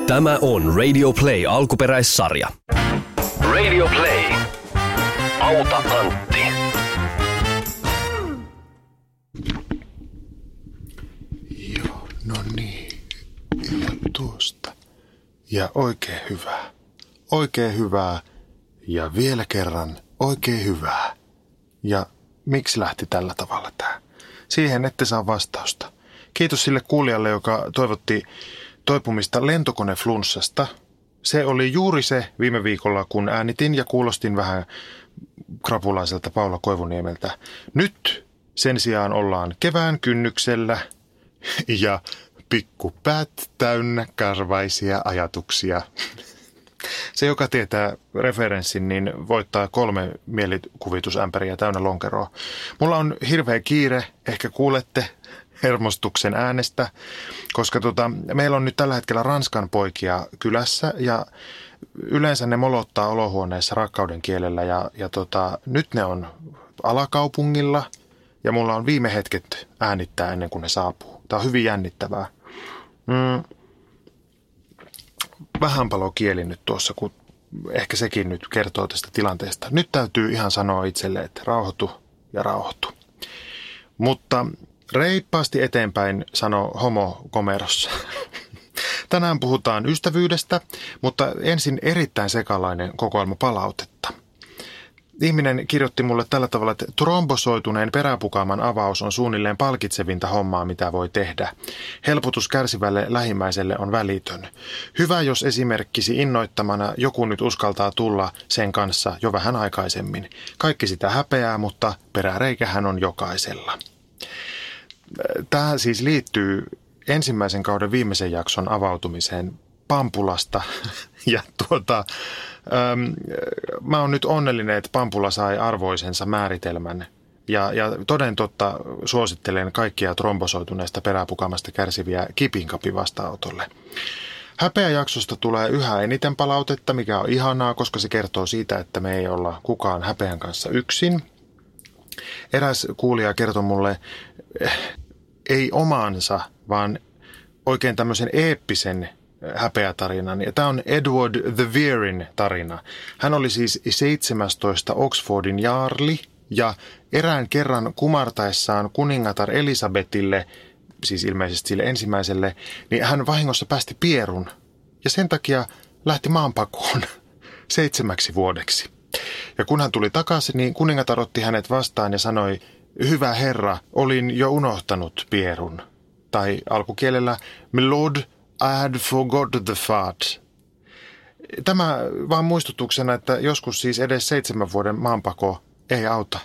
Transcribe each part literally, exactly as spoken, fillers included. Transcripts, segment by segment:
Tämä on Radio Play alkuperäissarja. Radio Play. Auta Antti. Joo, no niin. Ja tuosta. Ja oikein hyvää. Oikein hyvää. Ja vielä kerran oikein hyvää. Ja miksi lähti tällä tavalla tää? Siihen ette saa vastausta. Kiitos sille kuulijalle, joka toivotti toipumista lentokoneflunssasta. Se oli juuri se viime viikolla, kun äänitin ja kuulostin vähän krapulaiselta Paula Koivuniemeltä. Nyt sen sijaan ollaan kevään kynnyksellä ja pikkupäät täynnä karvaisia ajatuksia. Se, joka tietää referenssin, niin voittaa kolme mielikuvitusämpäriä täynnä lonkeroa. Mulla on hirveä kiire, ehkä kuulette hermostuksen äänestä, koska tota, meillä on nyt tällä hetkellä Ranskan poikia kylässä ja yleensä ne molottaa olohuoneessa rakkauden kielellä ja, ja tota, nyt ne on alakaupungilla ja mulla on viime hetket äänittää ennen kuin ne saapuu. Tää on hyvin jännittävää. Mm. Vähän palo kieli nyt tuossa, kun ehkä sekin nyt kertoo tästä tilanteesta. Nyt täytyy ihan sanoa itselle, että rauhoitu ja rauhoitu. Mutta reippaasti eteenpäin, sanoo homo komerossa. Tänään puhutaan ystävyydestä, mutta ensin erittäin sekalainen kokoelma palautetta. Ihminen kirjoitti mulle tällä tavalla, että trombosoituneen peräpukaaman avaus on suunnilleen palkitsevinta hommaa, mitä voi tehdä. Helpotus kärsivälle lähimmäiselle on välitön. Hyvä, jos esimerkkisi innoittamana joku nyt uskaltaa tulla sen kanssa jo vähän aikaisemmin. Kaikki sitä häpeää, mutta peräreikähän on jokaisella. Tämä siis liittyy ensimmäisen kauden viimeisen jakson avautumiseen Pampulasta ja tuota, äm, mä oon nyt onnellinen, että Pampula sai arvoisensa määritelmän ja, ja toden totta suosittelen kaikkia trombosoituneesta peräpukamasta kärsiviä kipinkapi vastaanotolle. Häpeäjaksosta tulee yhä eniten palautetta, mikä on ihanaa, koska se kertoo siitä, että me ei olla kukaan häpeän kanssa yksin. Eräs kuulija kertoi mulle ei omaansa, vaan oikein tämmöisen eeppisen häpeätarinan. Ja tämä on Edward the Veerin tarina. Hän oli siis seitsemästoista Oxfordin jaarli ja erään kerran kumartaessaan kuningatar Elisabetille, siis ilmeisesti sille ensimmäiselle, niin hän vahingossa päästi pierun ja sen takia lähti maanpakoon seitsemäksi vuodeksi. Ja kun hän tuli takaisin, niin kuningatar otti hänet vastaan ja sanoi, hyvä herra, olin jo unohtanut pierun. Tai alkukielellä, my lord, I had forgot the fart. Tämä vaan muistutuksena, että joskus siis edes seitsemän vuoden maanpako ei auta.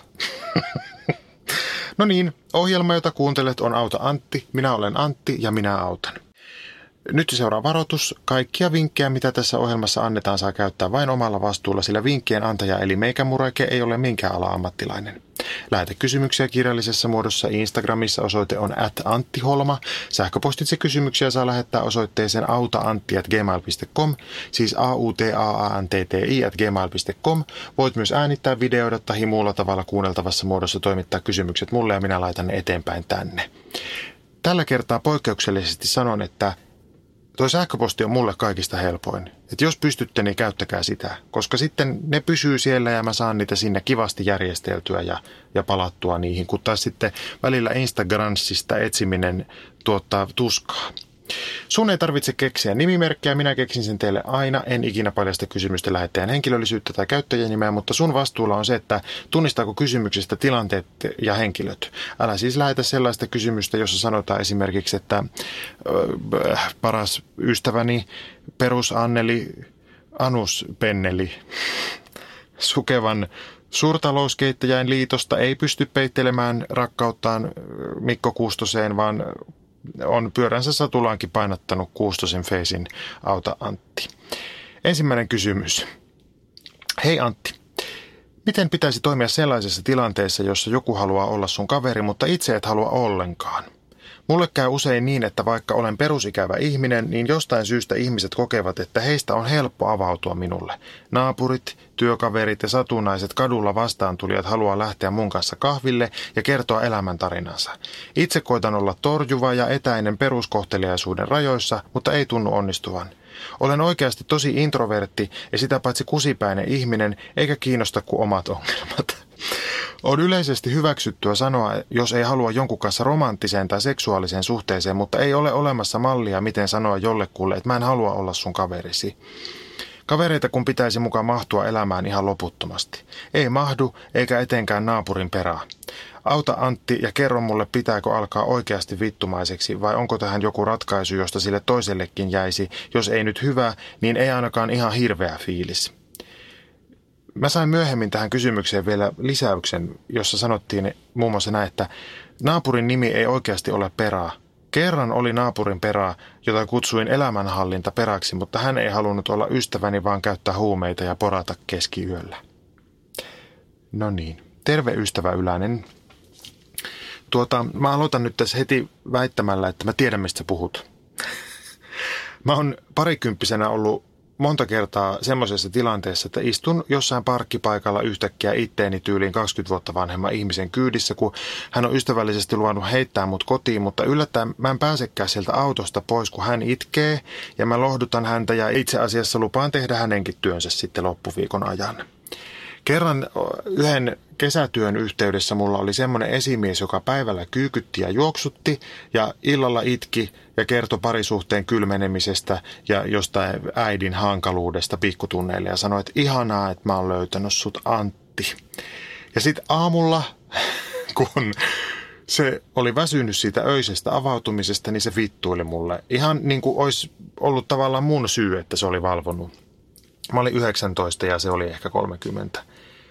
No niin, ohjelma, jota kuuntelet, on Auta Antti. Minä olen Antti ja minä autan. Nyt seuraa varoitus. Kaikkia vinkkejä, mitä tässä ohjelmassa annetaan, saa käyttää vain omalla vastuulla, sillä vinkkien antaja eli meikämureke ei ole minkään ala ammattilainen. Lähetä kysymyksiä kirjallisessa muodossa. Instagramissa osoite on at anttiholma. Sähköpostitse kysymyksiä saa lähettää osoitteeseen autaantti at gmail piste com, siis a u t a a n t t i at gmail piste com. Voit myös äänittää videoida tai muulla tavalla kuunneltavassa muodossa toimittaa kysymykset mulle ja minä laitan ne eteenpäin tänne. Tällä kertaa poikkeuksellisesti sanon, että tuo sähköposti on mulle kaikista helpoin. Että jos pystytte, niin käyttäkää sitä, koska sitten ne pysyy siellä ja mä saan niitä sinne kivasti järjesteltyä ja, ja palattua niihin, kun taas sitten välillä Instagramsista etsiminen tuottaa tuskaa. Sun ei tarvitse keksiä nimimerkkiä, minä keksin sen teille aina, en ikinä paljasta kysymysten lähettäjän henkilöllisyyttä tai käyttäjänimeä, mutta sun vastuulla on se, että tunnistaako kysymyksestä tilanteet ja henkilöt. Älä siis lähetä sellaista kysymystä, jossa sanotaan esimerkiksi, että äh, paras ystäväni perus Anneli Anus Penneli sukevan suurtalouskeittäjäin liitosta ei pysty peittelemään rakkauttaan Mikko Kuustoseen, vaan on pyöränsä satulaankin painattanut Kuustosen feisin Auta Antti. Ensimmäinen kysymys. Hei Antti, miten pitäisi toimia sellaisessa tilanteessa, jossa joku haluaa olla sun kaveri, mutta itse et halua ollenkaan? Mulle käy usein niin, että vaikka olen perusikävä ihminen, niin jostain syystä ihmiset kokevat, että heistä on helppo avautua minulle. Naapurit, työkaverit ja satunnaiset kadulla vastaantulijat haluaa lähteä mun kanssa kahville ja kertoa elämäntarinansa. Itse koitan olla torjuva ja etäinen peruskohteliaisuuden rajoissa, mutta ei tunnu onnistuvan. Olen oikeasti tosi introvertti ja sitä paitsi kusipäinen ihminen, eikä kiinnosta kuin omat ongelmat. On yleisesti hyväksyttyä sanoa, jos ei halua jonkun kanssa romanttiseen tai seksuaaliseen suhteeseen, mutta ei ole olemassa mallia, miten sanoa jollekulle, että mä en halua olla sun kaverisi. Kavereita kun pitäisi mukaan mahtua elämään ihan loputtomasti. Ei mahdu, eikä etenkään naapurin perää. Auta Antti ja kerro mulle, pitääkö alkaa oikeasti vittumaiseksi vai onko tähän joku ratkaisu, josta sille toisellekin jäisi, jos ei nyt hyvä, niin ei ainakaan ihan hirveä fiilis. Mä sain myöhemmin tähän kysymykseen vielä lisäyksen, jossa sanottiin muun muassa näin, että naapurin nimi ei oikeasti ole Perää. Kerran oli naapurin Perää, jota kutsuin elämänhallinta peräksi, mutta hän ei halunnut olla ystäväni, vaan käyttää huumeita ja porata keskiyöllä. No niin, terve ystävä Ylänen. Tuota, mä aloitan nyt tässä heti väittämällä, että mä tiedän, mistä sä puhut. Mä oon parikymppisenä ollut monta kertaa semmoisessa tilanteessa, että istun jossain parkkipaikalla yhtäkkiä itteeni tyyliin kaksikymmentä vuotta vanhemman ihmisen kyydissä, kun hän on ystävällisesti luvannut heittää mut kotiin, mutta yllättäen mä en pääsekään sieltä autosta pois, kun hän itkee ja mä lohdutan häntä ja itse asiassa lupaan tehdä hänenkin työnsä sitten loppuviikon ajan. Kerran yhden kesätyön yhteydessä mulla oli semmoinen esimies, joka päivällä kyykytti ja juoksutti ja illalla itki ja kertoi parisuhteen kylmenemisestä ja jostain äidin hankaluudesta pikkutunneille ja sanoi, että ihanaa, että mä oon löytänyt sut Antti. Ja sitten aamulla, kun se oli väsynyt siitä öisestä avautumisesta, niin se vittuili mulle. Ihan niin kuin olisi ollut tavallaan mun syy, että se oli valvonut. Mä olin yhdeksäntoista ja se oli ehkä kolmekymmentä.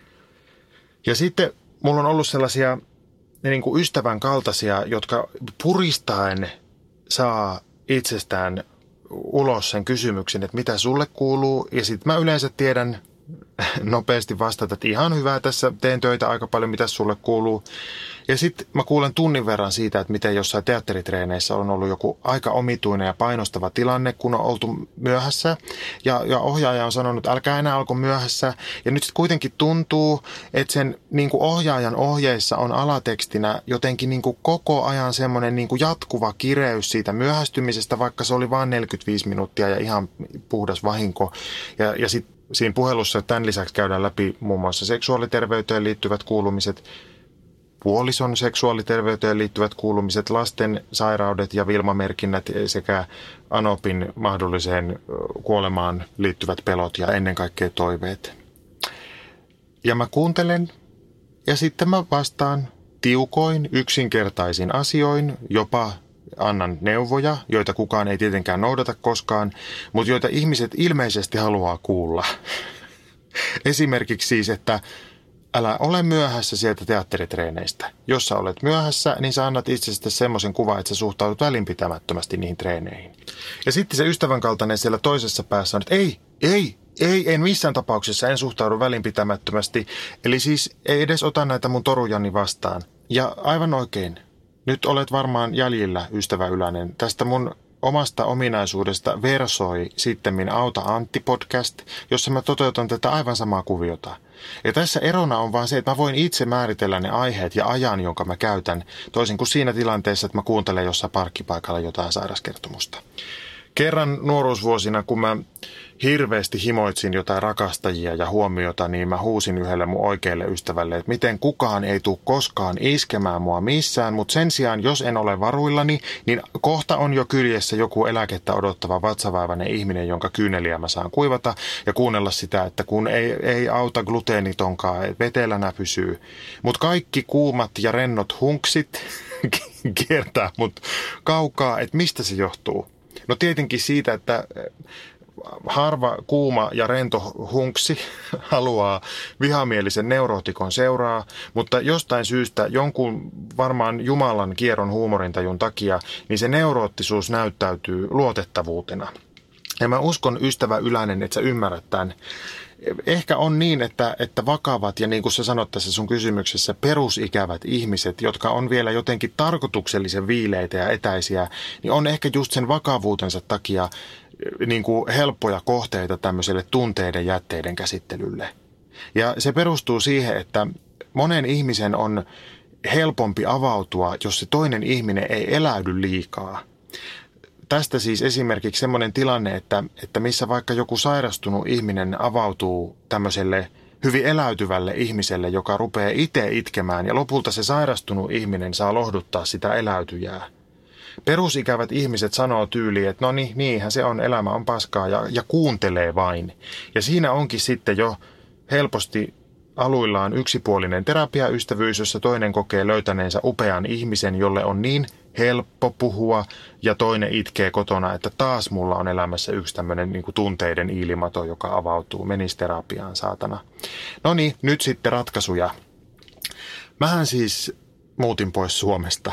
Ja sitten mulla on ollut sellaisia niin kuin ystävän kaltaisia, jotka puristaen saa itsestään ulos sen kysymyksen, että mitä sulle kuuluu. Ja sitten mä yleensä tiedän nopeasti vastata, että ihan hyvä, tässä teen töitä aika paljon, mitä sulle kuuluu. Ja sitten mä kuulen tunnin verran siitä, että miten jossain teatteritreeneissä on ollut joku aika omituinen ja painostava tilanne, kun on oltu myöhässä. Ja, ja ohjaaja on sanonut, että älkää enää alko myöhässä. Ja nyt sitten kuitenkin tuntuu, että sen niin kuin ohjaajan ohjeissa on alatekstinä jotenkin niin kuin koko ajan semmoinen niin kuin jatkuva kireys siitä myöhästymisestä, vaikka se oli vain neljäkymmentäviisi minuuttia ja ihan puhdas vahinko. Ja, ja sitten siinä puhelussa tämän lisäksi käydään läpi muun muassa seksuaaliterveyteen liittyvät kuulumiset, puolison seksuaaliterveyteen liittyvät kuulumiset, lasten sairaudet ja vilmamerkinnät sekä Anopin mahdolliseen kuolemaan liittyvät pelot ja ennen kaikkea toiveet. Ja mä kuuntelen ja sitten mä vastaan tiukoin, yksinkertaisin asioin, jopa annan neuvoja, joita kukaan ei tietenkään noudata koskaan, mutta joita ihmiset ilmeisesti haluaa kuulla. Esimerkiksi siis, että älä ole myöhässä sieltä teatteritreeneistä. Jos sä olet myöhässä, niin sä annat itsestäsi semmoisen kuvan, että sä suhtaudut välinpitämättömästi niihin treeneihin. Ja sitten se ystävän kaltainen siellä toisessa päässä on, että ei, ei, ei, en missään tapauksessa, en suhtaudu välinpitämättömästi. Eli siis ei edes ota näitä mun torujani vastaan. Ja aivan oikein, nyt olet varmaan jäljillä, ystävä Ylänen, tästä mun omasta ominaisuudesta versoi sittemmin Auta Antti podcast, jossa mä toteutan tätä aivan samaa kuviota. Ja tässä erona on vaan se, että mä voin itse määritellä ne aiheet ja ajan, jonka mä käytän, toisin kuin siinä tilanteessa, että mä kuuntelen jossain parkkipaikalla jotain sairaskertomusta. Kerran nuoruusvuosina, kun mä hirveästi himoitsin jotain rakastajia ja huomiota, niin mä huusin yhdelle mun oikealle ystävälle, että miten kukaan ei tule koskaan iskemään mua missään, mutta sen sijaan, jos en ole varuillani, niin kohta on jo kyljessä joku eläkettä odottava vatsavaivainen ihminen, jonka kyyneliä mä saan kuivata ja kuunnella sitä, että kun ei, ei auta gluteenitonkaan, vetelänä pysyy. Mutta kaikki kuumat ja rennot hunksit kiertää mut kaukaa, että mistä se johtuu? No tietenkin siitä, että harva kuuma ja rento hunksi haluaa vihamielisen neurootikon seuraa, mutta jostain syystä jonkun varmaan Jumalan kierron huumorintajun takia, niin se neuroottisuus näyttäytyy luotettavuutena. Ja mä uskon, ystävä Ylänen, että sä ymmärrät tämän. Ehkä on niin, että, että vakavat ja niin kuin sä sanot tässä sun kysymyksessä, perusikävät ihmiset, jotka on vielä jotenkin tarkoituksellisen viileitä ja etäisiä, niin on ehkä just sen vakavuutensa takia niin kuin helppoja kohteita tämmöiselle tunteiden jätteiden käsittelylle. Ja se perustuu siihen, että monen ihmisen on helpompi avautua, jos se toinen ihminen ei eläydy liikaa. Tästä siis esimerkiksi semmoinen tilanne, että, että missä vaikka joku sairastunut ihminen avautuu tämmöiselle hyvin eläytyvälle ihmiselle, joka rupeaa itse itkemään ja lopulta se sairastunut ihminen saa lohduttaa sitä eläytyjää. Perusikävät ihmiset sanoo tyyliin, että no niin, niinhän se on, elämä on paskaa ja, ja kuuntelee vain. Ja siinä onkin sitten jo helposti aluillaan yksipuolinen terapiaystävyys, jossa toinen kokee löytäneensä upean ihmisen, jolle on niin helppo puhua ja toinen itkee kotona, että taas mulla on elämässä yksi tämmöinen niin kuin tunteiden iilimato, joka avautuu. Menis terapiaan, saatana. No niin, nyt sitten ratkaisuja. Mähän siis muutin pois Suomesta.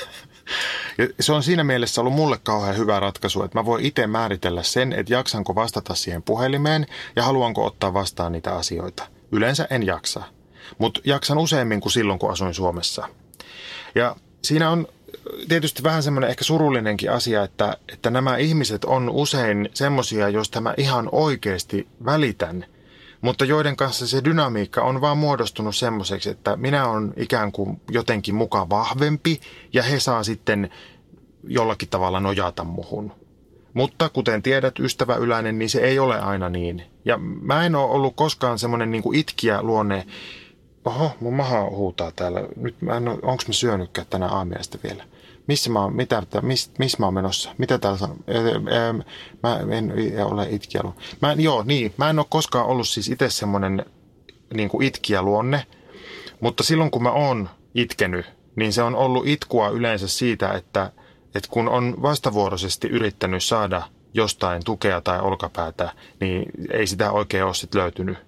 Ja se on siinä mielessä ollut mulle kauhean hyvä ratkaisu, että mä voin itse määritellä sen, että jaksanko vastata siihen puhelimeen ja haluanko ottaa vastaan niitä asioita. Yleensä en jaksa, mutta jaksan useammin kuin silloin, kun asuin Suomessa. Ja siinä on tietysti vähän semmoinen ehkä surullinenkin asia, että, että nämä ihmiset on usein semmoisia, joista mä ihan oikeasti välitän, mutta joiden kanssa se dynamiikka on vaan muodostunut semmoiseksi, että minä olen ikään kuin jotenkin mukaan vahvempi ja he saa sitten jollakin tavalla nojata muhun. Mutta kuten tiedät, ystävä Ylänen, niin se ei ole aina niin. Ja mä en ole ollut koskaan semmoinen niin kuin itkijä luonne. Oho, mun maha huutaa täällä. Nyt mä en ole, onko mä syönytkään tänä aamiaista vielä? Missä mä oon, mitä, miss, missä mä oon menossa? Mitä täällä sanoo? Mä en ole itkijä luonne. Mä, joo, niin. Mä en ole koskaan ollut siis itse semmoinen niin kuin itkijä luonne. Mutta silloin kun mä oon itkenyt, niin se on ollut itkua yleensä siitä, että että kun on vastavuoroisesti yrittänyt saada jostain tukea tai olkapäätä, niin ei sitä oikein ole sit löytynyt.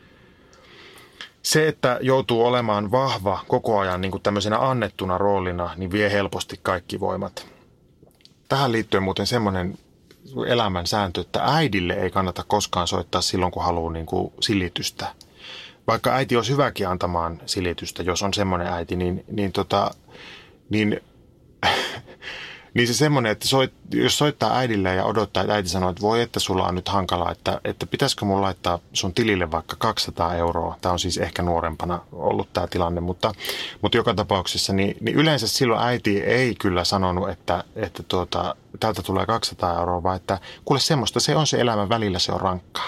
Se, että joutuu olemaan vahva koko ajan niin kuin tämmöisenä annettuna roolina, niin vie helposti kaikki voimat. Tähän liittyen muuten semmoinen elämän sääntö, että äidille ei kannata koskaan soittaa silloin, kun haluaa niin kuin silitystä. Vaikka äiti olisi hyväkin antamaan silitystä, jos on semmoinen äiti, niin, niin, tota, niin Niin se semmoinen, että soit, jos soittaa äidille ja odottaa, että äiti sanoo, että voi, että sulla on nyt hankalaa, että, että pitäisikö mun laittaa sun tilille vaikka kaksisataa euroa. Tämä on siis ehkä nuorempana ollut tämä tilanne, mutta, mutta joka tapauksessa niin, niin yleensä silloin äiti ei kyllä sanonut, että, että tuota, täältä tulee kaksisataa euroa, vaan että kuule semmoista, se on se elämän välillä, se on rankkaa.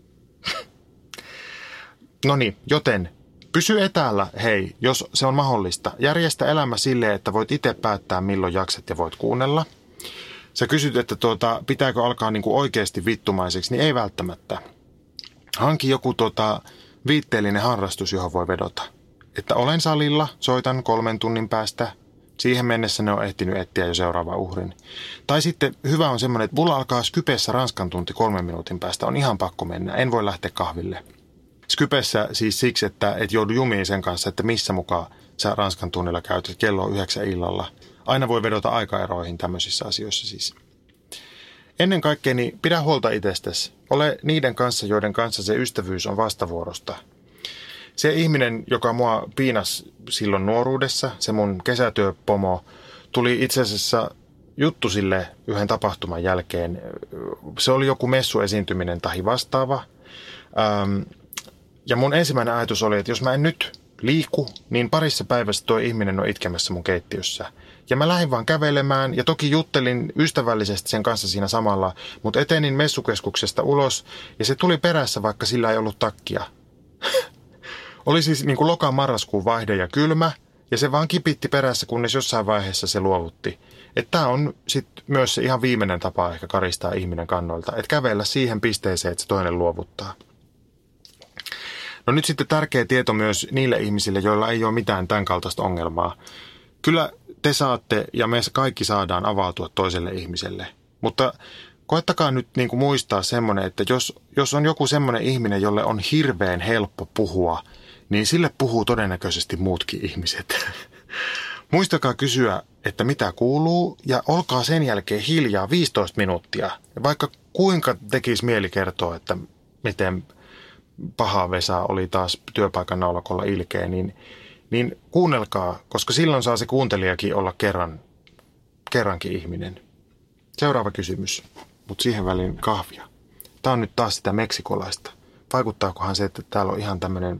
No niin, joten pysy etäällä, hei, jos se on mahdollista. Järjestä elämä silleen, että voit itse päättää, milloin jaksat ja voit kuunnella. Sä kysyt, että tuota, pitääkö alkaa niinku oikeasti vittumaiseksi, niin ei välttämättä. Hanki joku tuota, viitteellinen harrastus, johon voi vedota. Että olen salilla, soitan kolmen tunnin päästä. Siihen mennessä ne on ehtinyt etsiä jo seuraava uhrin. Tai sitten hyvä on semmoinen, että mulla alkaa Skypessä Ranskan tunti kolmen minuutin päästä. On ihan pakko mennä, en voi lähteä kahville. Skypessä siis siksi, että et joudu jumiin sen kanssa, että missä mukaan sä Ranskan tunnilla käyt, että kello on yhdeksän illalla. Aina voi vedota aikaeroihin tämmöisissä asioissa siis. Ennen kaikkea niin pidä huolta itsestäsi. Ole niiden kanssa, joiden kanssa se ystävyys on vastavuorosta. Se ihminen, joka mua piinasi silloin nuoruudessa, se mun kesätyöpomo, tuli itse asiassa juttu sille yhden tapahtuman jälkeen. Se oli joku messuesiintyminen tai vastaava. Ähm, Ja mun ensimmäinen ajatus oli, että jos mä en nyt liiku, niin parissa päivässä tuo ihminen on itkemässä mun keittiössä. Ja mä lähdin vaan kävelemään ja toki juttelin ystävällisesti sen kanssa siinä samalla, mutta etenin messukeskuksesta ulos ja se tuli perässä, vaikka sillä ei ollut takkia. Oli siis niin kuin loka-marraskuun vaihde ja kylmä ja se vaan kipitti perässä, kunnes jossain vaiheessa se luovutti. Että tää on sitten myös se ihan viimeinen tapa ehkä karistaa ihminen kannoilta, että kävellä siihen pisteeseen, että se toinen luovuttaa. No nyt sitten tärkeä tieto myös niille ihmisille, joilla ei ole mitään tämän kaltaista ongelmaa. Kyllä te saatte ja me kaikki saadaan avautua toiselle ihmiselle. Mutta koettakaa nyt niin kuin muistaa semmoinen, että jos, jos on joku semmoinen ihminen, jolle on hirveän helppo puhua, niin sille puhuu todennäköisesti muutkin ihmiset. Muistakaa kysyä, että mitä kuuluu, ja olkaa sen jälkeen hiljaa viisitoista minuuttia. Ja vaikka kuinka tekisi mieli kertoa, että miten paha Vesa oli taas työpaikan naulakolla ilkeä, niin, niin kuunnelkaa, koska silloin saa se kuuntelijakin olla kerran, kerrankin ihminen. Seuraava kysymys, mutta siihen väliin kahvia. Tämä on nyt taas sitä meksikolaista. Vaikuttaakohan se, että täällä on ihan tämmöinen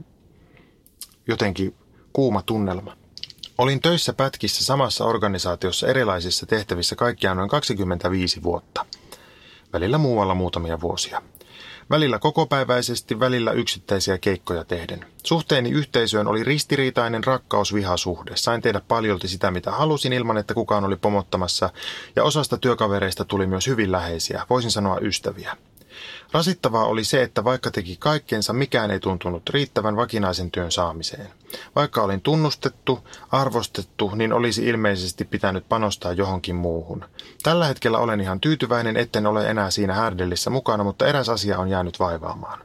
jotenkin kuuma tunnelma? Olin töissä pätkissä samassa organisaatiossa erilaisissa tehtävissä kaikkiaan noin kaksikymmentäviisi vuotta. Välillä muualla muutamia vuosia. Välillä kokopäiväisesti, välillä yksittäisiä keikkoja tehden. Suhteeni yhteisöön oli ristiriitainen rakkaus-vihasuhde. Sain tehdä paljolti sitä, mitä halusin, ilman että kukaan oli pomottamassa, ja osasta työkavereista tuli myös hyvin läheisiä, voisin sanoa ystäviä. Rasittavaa oli se, että vaikka teki kaikkensa, mikään ei tuntunut riittävän vakinaisen työn saamiseen. Vaikka olin tunnustettu, arvostettu, niin olisi ilmeisesti pitänyt panostaa johonkin muuhun. Tällä hetkellä olen ihan tyytyväinen, etten ole enää siinä härdellissä mukana, mutta eräs asia on jäänyt vaivaamaan.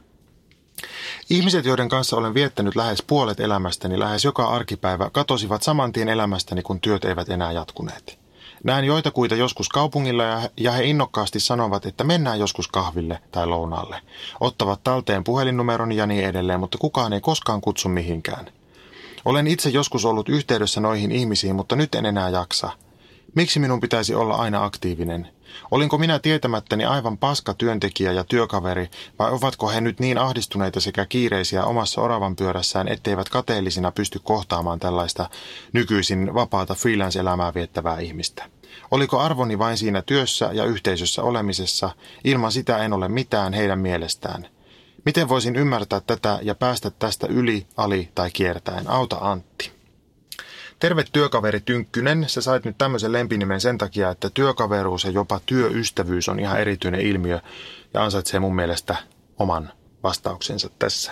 Ihmiset, joiden kanssa olen viettänyt lähes puolet elämästäni lähes joka arkipäivä, katosivat saman tien elämästäni, kun työt eivät enää jatkuneet. Näen joitakuita joskus kaupungilla ja, ja he innokkaasti sanovat, että mennään joskus kahville tai lounaalle. Ottavat talteen puhelinnumeron ja niin edelleen, mutta kukaan ei koskaan kutsu mihinkään. Olen itse joskus ollut yhteydessä noihin ihmisiin, mutta nyt en enää jaksa. Miksi minun pitäisi olla aina aktiivinen? Olinko minä tietämättäni aivan paska työntekijä ja työkaveri, vai ovatko he nyt niin ahdistuneita sekä kiireisiä omassa oravan pyörässään, etteivät kateellisina pysty kohtaamaan tällaista nykyisin vapaata freelance-elämää viettävää ihmistä? Oliko arvoni vain siinä työssä ja yhteisössä olemisessa? Ilman sitä en ole mitään heidän mielestään. Miten voisin ymmärtää tätä ja päästä tästä yli, ali tai kiertäen? Auta Antti. Terve työkaveri Tynkkynen, sä sait nyt tämmöisen lempinimen sen takia, että työkaveruus ja jopa työystävyys on ihan erityinen ilmiö ja ansaitsee mun mielestä oman vastauksensa tässä.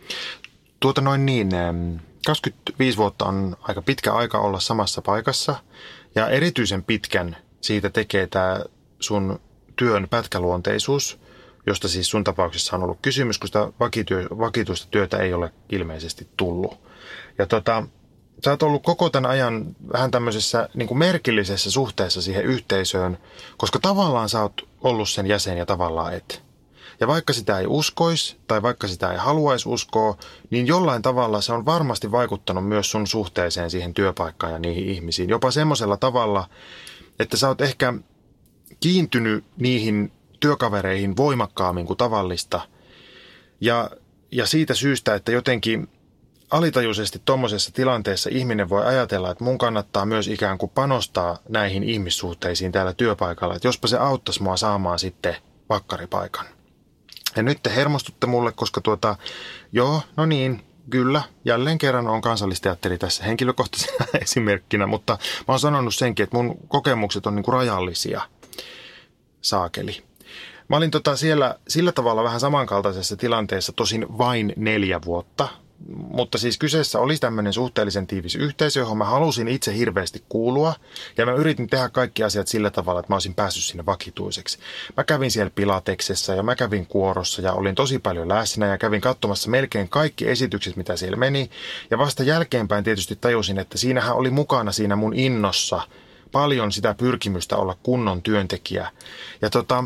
Tuota noin niin, kaksikymmentäviisi vuotta on aika pitkä aika olla samassa paikassa ja erityisen pitkän siitä tekee tämä sun työn pätkäluonteisuus, josta siis sun tapauksessa on ollut kysymys, kun sitä vakityö, vakituista työtä ei ole ilmeisesti tullut. Ja tota... Sä oot ollut koko tämän ajan vähän tämmöisessä niin kuin merkillisessä suhteessa siihen yhteisöön, koska tavallaan sä oot ollut sen jäsen ja tavallaan et. Ja vaikka sitä ei uskoisi tai vaikka sitä ei haluaisi uskoa, niin jollain tavalla se on varmasti vaikuttanut myös sun suhteeseen siihen työpaikkaan ja niihin ihmisiin. Jopa semmoisella tavalla, että sä oot ehkä kiintynyt niihin työkavereihin voimakkaammin kuin tavallista. Ja, ja siitä syystä, että jotenkin... Alitajuisesti tuommoisessa tilanteessa ihminen voi ajatella, että mun kannattaa myös ikään kuin panostaa näihin ihmissuhteisiin täällä työpaikalla, että jospa se auttaisi mua saamaan sitten vakkaripaikan. Ja nyt te hermostutte mulle, koska tuota, joo, no niin, kyllä, jälleen kerran on Kansallisteatteri tässä henkilökohtaisena esimerkkinä, mutta mä oon sanonut senkin, että mun kokemukset on niinku rajallisia, saakeli. Mä olin tota siellä sillä tavalla vähän samankaltaisessa tilanteessa, tosin vain neljä vuotta. Mutta siis kyseessä oli tämmöinen suhteellisen tiivis yhteisö, johon mä halusin itse hirveästi kuulua. Ja mä yritin tehdä kaikki asiat sillä tavalla, että mä olisin päässyt sinne vakituiseksi. Mä kävin siellä pilateksessa ja mä kävin kuorossa ja olin tosi paljon läsnä ja kävin katsomassa melkein kaikki esitykset, mitä siellä meni. Ja vasta jälkeenpäin tietysti tajusin, että siinähän oli mukana siinä mun innossa paljon sitä pyrkimystä olla kunnon työntekijä. Ja tota,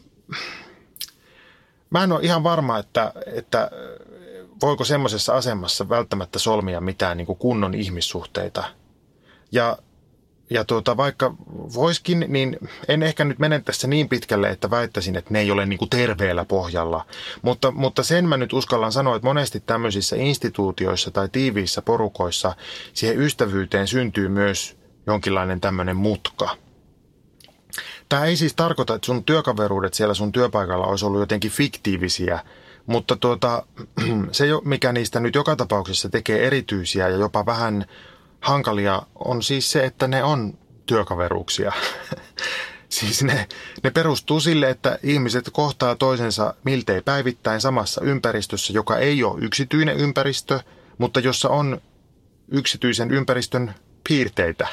mä en ole ihan varma, että... että voiko semmoisessa asemassa välttämättä solmia mitään niin kuin kunnon ihmissuhteita. Ja, ja tuota, vaikka voiskin, niin en ehkä nyt mene tässä niin pitkälle, että väittäisin, että ne ei ole niin kuin terveellä pohjalla. Mutta, mutta sen mä nyt uskallan sanoa, että monesti tämmöisissä instituutioissa tai tiiviissä porukoissa siihen ystävyyteen syntyy myös jonkinlainen tämmöinen mutka. Tämä ei siis tarkoita, että sun työkaveruudet siellä sun työpaikalla olisi ollut jotenkin fiktiivisiä, mutta tuota, se, mikä niistä nyt joka tapauksessa tekee erityisiä ja jopa vähän hankalia, on siis se, että ne on työkaveruuksia. Siis ne, ne perustuu sille, että ihmiset kohtaa toisensa miltei päivittäin samassa ympäristössä, joka ei ole yksityinen ympäristö, mutta jossa on yksityisen ympäristön piirteitä.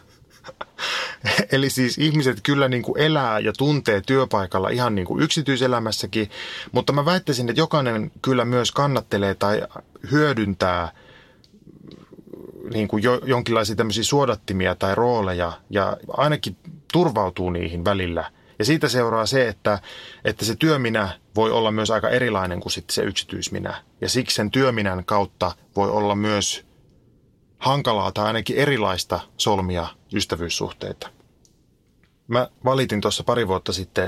Eli siis ihmiset kyllä niin kuin elää ja tuntee työpaikalla ihan niin kuin yksityiselämässäkin, mutta mä väittäisin, että jokainen kyllä myös kannattelee tai hyödyntää niin kuin jo, jonkinlaisia tämmöisiä suodattimia tai rooleja ja ainakin turvautuu niihin välillä. Ja siitä seuraa se, että, että se työminä voi olla myös aika erilainen kuin sitten se yksityisminä. Ja siksi sen työminän kautta voi olla myös hankalaa tai ainakin erilaista solmia ystävyyssuhteita. Mä valitin tuossa pari vuotta sitten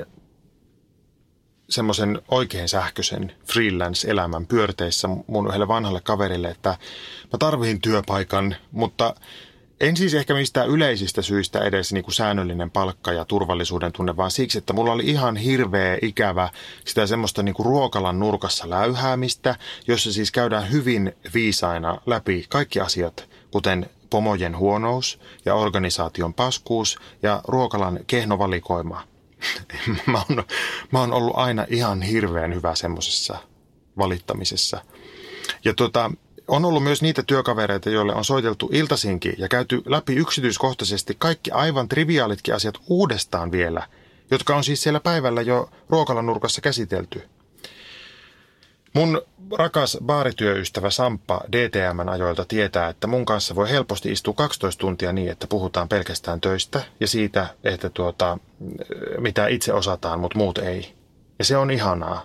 semmoisen oikein sähköisen freelance-elämän pyörteissä mun yhdelle vanhalle kaverille, että mä tarvitsin työpaikan, mutta en siis ehkä mistään yleisistä syistä edes niin kuin säännöllinen palkka ja turvallisuuden tunne, vaan siksi, että mulla oli ihan hirveä ikävä sitä semmoista niin kuin ruokalan nurkassa läyhäämistä, jossa siis käydään hyvin viisaina läpi kaikki asiat, kuten pomojen huonous ja organisaation paskuus ja ruokalan kehnovalikoima. mä, oon, mä oon ollut aina ihan hirveän hyvä semmoisessa valittamisessa. Ja tota, on ollut myös niitä työkavereita, joille on soiteltu iltaisinkin ja käyty läpi yksityiskohtaisesti kaikki aivan triviaalitkin asiat uudestaan vielä, jotka on siis siellä päivällä jo ruokalanurkassa käsitelty. Mun rakas baarityöystävä Samppa D T M:n ajoilta tietää, että mun kanssa voi helposti istua kaksitoista tuntia niin, että puhutaan pelkästään töistä ja siitä, että tuota, mitä itse osataan, mutta muut ei. Ja se on ihanaa.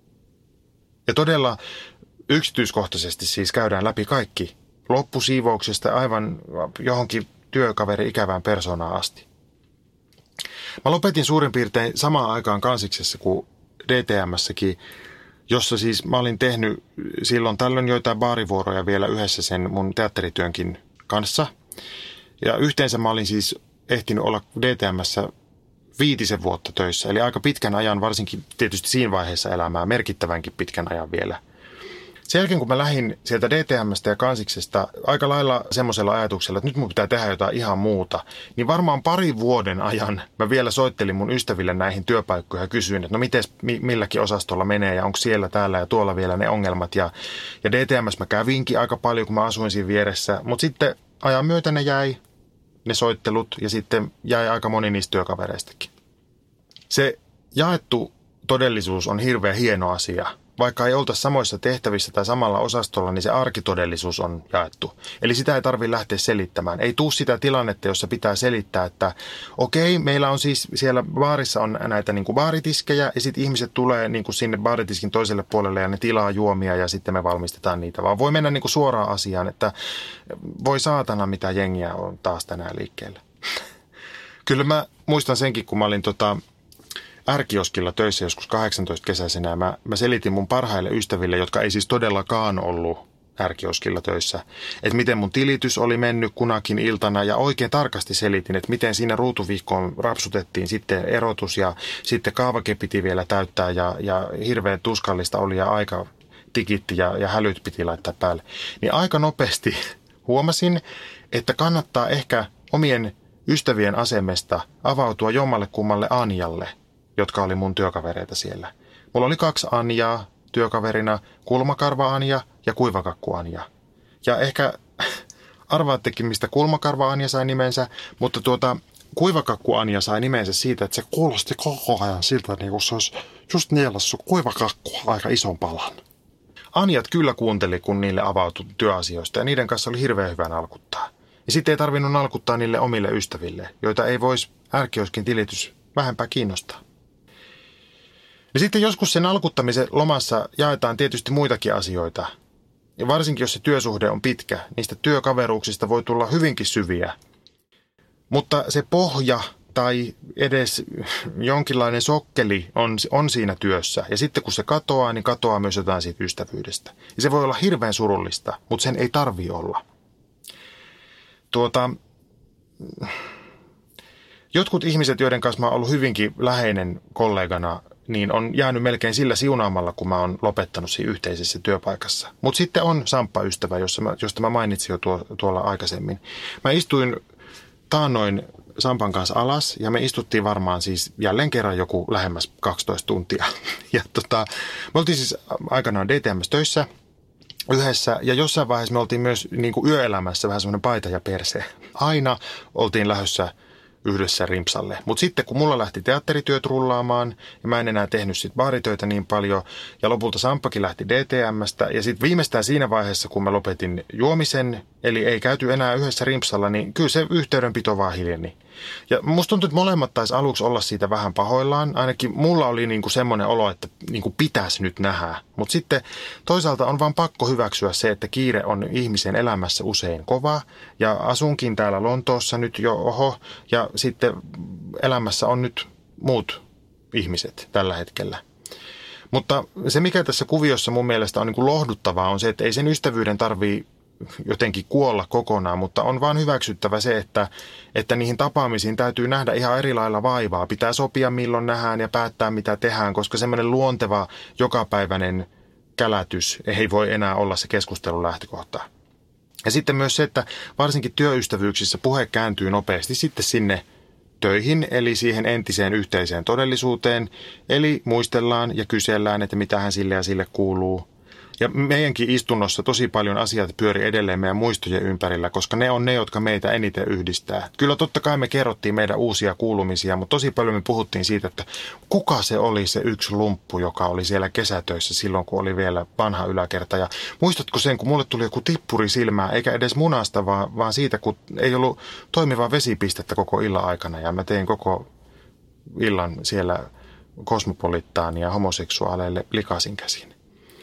Ja todella yksityiskohtaisesti siis käydään läpi kaikki loppusiivouksesta aivan johonkin työkaveri ikävään persoonaan asti. Mä lopetin suurin piirtein samaan aikaan kansiksessa kuin D T M:ssäkin, jossa siis mä olin tehnyt silloin tällöin joitain baarivuoroja vielä yhdessä sen mun teatterityönkin kanssa. Ja yhteensä mä olin siis ehtinyt olla D T M:ssä viitisen vuotta töissä, eli aika pitkän ajan, varsinkin tietysti siinä vaiheessa elämää, merkittävänkin pitkän ajan vielä. Sen jälkeen, kun mä lähdin sieltä D T M:stä ja kansiksesta aika lailla semmoisella ajatuksella, että nyt mun pitää tehdä jotain ihan muuta, niin varmaan pari vuoden ajan mä vielä soittelin mun ystäville näihin työpaikkoihin ja kysyin, että no mites milläkin osastolla menee ja onko siellä, täällä ja tuolla vielä ne ongelmat. Ja, ja D T M:ssä mä kävinkin aika paljon, kun mä asuin siinä vieressä, mutta sitten ajan myötä ne jäi, ne soittelut, ja sitten jäi aika moni niistä työkavereistakin. Se jaettu todellisuus on hirveän hieno asia. Vaikka ei oltaisi samoissa tehtävissä tai samalla osastolla, niin se arkitodellisuus on jaettu. Eli sitä ei tarvitse lähteä selittämään. Ei tule sitä tilannetta, jossa pitää selittää, että okei, meillä on siis siellä baarissa on näitä niin kuin baaritiskejä ja sitten ihmiset tulee niin kuin sinne baaritiskin toiselle puolelle ja ne tilaa juomia ja sitten me valmistetaan niitä. Vaan voi mennä niin kuin suoraan asiaan, että voi saatana mitä jengiä on taas tänään liikkeellä. Kyllä mä muistan senkin, kun mä olin tota R-kioskilla töissä joskus kahdeksantoista kesäisenä ja mä, mä selitin mun parhaille ystäville, jotka ei siis todellakaan ollut R-kioskilla töissä, että miten mun tilitys oli mennyt kunakin iltana ja oikein tarkasti selitin, että miten siinä ruutuvihkoon rapsutettiin sitten erotus ja sitten kaavake piti vielä täyttää ja, ja hirveän tuskallista oli ja aika tikitti ja, ja hälyt piti laittaa päälle. Niin aika nopeasti huomasin, että kannattaa ehkä omien ystävien asemesta avautua jommalle kummalle Anjalle, jotka oli mun työkavereita siellä. Mulla oli kaksi Anjaa työkaverina, kulmakarva-Anja ja kuivakakku-Anja. Ja ehkä arvaattekin, mistä kulmakarva-Anja sai nimensä, mutta tuota, kuivakakku-Anja sai nimensä siitä, että se kuulosti koko ajan siltä, niin kuin se olisi just nielassu kuivakakkua aika ison palan. Anjat kyllä kuunteli, kun niille avautui työasioista ja niiden kanssa oli hirveän hyvä nalkuttaa. Ja sitten ei tarvinnut nalkuttaa niille omille ystäville, joita ei voisi R-kioskin tilitys vähempää kiinnostaa. Ja sitten joskus sen alkuttamisen lomassa jaetaan tietysti muitakin asioita. Ja varsinkin jos se työsuhde on pitkä, niistä työkaveruuksista voi tulla hyvinkin syviä. Mutta se pohja tai edes jonkinlainen sokkeli on, on siinä työssä. Ja sitten kun se katoaa, niin katoaa myös jotain siitä ystävyydestä. Ja se voi olla hirveän surullista, mutta sen ei tarvitse olla. Tuota, jotkut ihmiset, joiden kanssa mä oon ollut hyvinkin läheinen kollegana, niin on jäänyt melkein sillä siunaamalla, kun mä oon lopettanut siinä yhteisessä työpaikassa. Mutta sitten on Samppa-ystävä, josta mä, josta mä mainitsin jo tuo, tuolla aikaisemmin. Mä istuin taannoin Sampan kanssa alas ja me istuttiin varmaan siis jälleen kerran joku lähemmäs kaksitoista tuntia. Ja tota, me oltiin siis aikanaan D T M:ssä töissä yhdessä ja jossain vaiheessa me oltiin myös niin kuin yöelämässä vähän semmoinen paita ja perse. Aina oltiin lähdössä yhdessä rimpsalle. Mutta sitten kun mulla lähti teatterityöt rullaamaan ja mä en enää tehnyt sit baaritöitä niin paljon ja lopulta Samppakin lähti D T M:stä ja sitten viimeistään siinä vaiheessa kun mä lopetin juomisen, eli ei käyty enää yhdessä rimpsalla, niin kyllä se yhteydenpito vaan hiljeni. Ja musta tuntuu, että molemmat taisi aluksi olla siitä vähän pahoillaan. Ainakin mulla oli niinku semmoinen olo, että niinku pitäisi nyt nähdä. Mutta sitten toisaalta on vaan pakko hyväksyä se, että kiire on ihmisen elämässä usein kova. Ja asunkin täällä Lontoossa nyt jo oho. Ja sitten elämässä on nyt muut ihmiset tällä hetkellä. Mutta se, mikä tässä kuviossa mun mielestä on niinku lohduttavaa, on se, että ei sen ystävyyden tarvitse jotenkin kuolla kokonaan, mutta on vaan hyväksyttävä se, että, että niihin tapaamisiin täytyy nähdä ihan eri lailla vaivaa. Pitää sopia milloin nähdään ja päättää mitä tehdään, koska semmoinen luonteva jokapäiväinen kälätys ei voi enää olla se keskustelun lähtökohta. Ja sitten myös se, että varsinkin työystävyyksissä puhe kääntyy nopeasti sitten sinne töihin, eli siihen entiseen yhteiseen todellisuuteen, eli muistellaan ja kysellään, että mitähän sille ja sille kuuluu. Ja meidänkin istunnossa tosi paljon asiat pyöri edelleen meidän muistojen ympärillä, koska ne on ne, jotka meitä eniten yhdistää. Kyllä totta kai me kerrottiin meidän uusia kuulumisia, mutta tosi paljon me puhuttiin siitä, että kuka se oli se yksi lumppu, joka oli siellä kesätöissä silloin, kun oli vielä vanha yläkerta. Ja muistatko sen, kun mulle tuli joku tippuri silmään, eikä edes munasta, vaan, vaan siitä, kun ei ollut toimivaa vesipistettä koko illan aikana. Ja mä tein koko illan siellä kosmopolittaan ja homoseksuaaleille likasin käsin.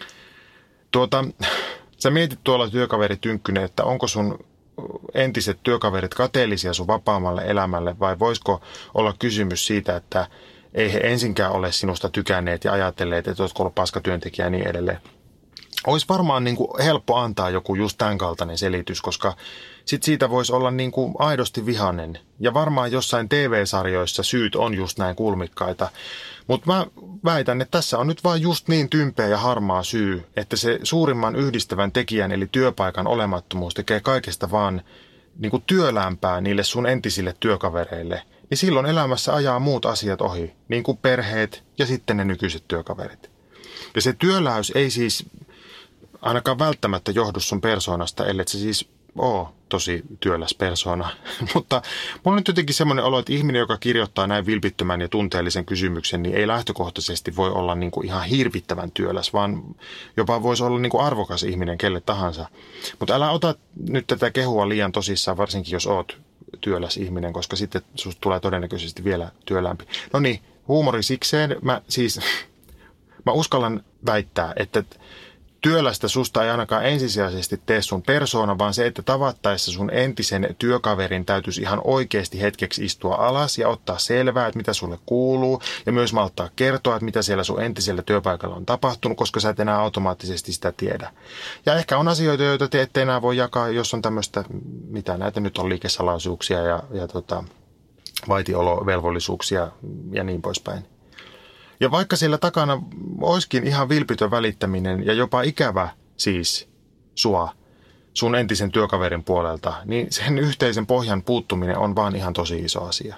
Tuota, sä mietit tuolla työkaveri Tynkkynen, että onko sun entiset työkaverit kateellisia sun vapaammalle elämälle vai voisiko olla kysymys siitä, että ei he ensinkään ole sinusta tykänneet ja ajatelleet, että oletko ollut paskatyöntekijä ja niin edelleen. Olisi varmaan niin kuin helppo antaa joku just tämän kaltainen selitys, koska sit siitä voisi olla niin kuin aidosti vihainen. Ja varmaan jossain T V-sarjoissa syyt on just näin kulmikkaita. Mutta mä väitän, että tässä on nyt vaan just niin tympeä ja harmaa syy, että se suurimman yhdistävän tekijän eli työpaikan olemattomuus tekee kaikesta vaan niin kuin työlämpää niille sun entisille työkavereille. Niin silloin elämässä ajaa muut asiat ohi, niin kuin perheet ja sitten ne nykyiset työkaverit. Ja se työläys ei siis ainakaan välttämättä johdu sun persoonasta, ellei se siis ole tosi työläs persoona. Mutta mulla on nyt jotenkin semmoinen olo, että ihminen, joka kirjoittaa näin vilpittömän ja tunteellisen kysymyksen, niin ei lähtökohtaisesti voi olla niin kuin ihan hirvittävän työläs, vaan jopa voisi olla niin kuin arvokas ihminen kelle tahansa. Mutta älä ota nyt tätä kehua liian tosissaan, varsinkin jos oot työläs ihminen, koska sitten susta tulee todennäköisesti vielä työlämpi. No niin, huumori sikseen. Mä siis, mä uskallan väittää, että työlästä susta ei ainakaan ensisijaisesti tee sun persoona, vaan se, että tavattaessa sun entisen työkaverin täytyisi ihan oikeasti hetkeksi istua alas ja ottaa selvää, että mitä sulle kuuluu ja myös malttaa kertoa, että mitä siellä sun entisellä työpaikalla on tapahtunut, koska sä et enää automaattisesti sitä tiedä. Ja ehkä on asioita, joita te ette enää voi jakaa, jos on tämmöistä, mitä näitä nyt on, liikesalaisuuksia ja, ja tota, vaitiolovelvollisuuksia ja niin poispäin. Ja vaikka siellä takana olisikin ihan vilpitön välittäminen ja jopa ikävä siis sua sun entisen työkaverin puolelta, niin sen yhteisen pohjan puuttuminen on vaan ihan tosi iso asia.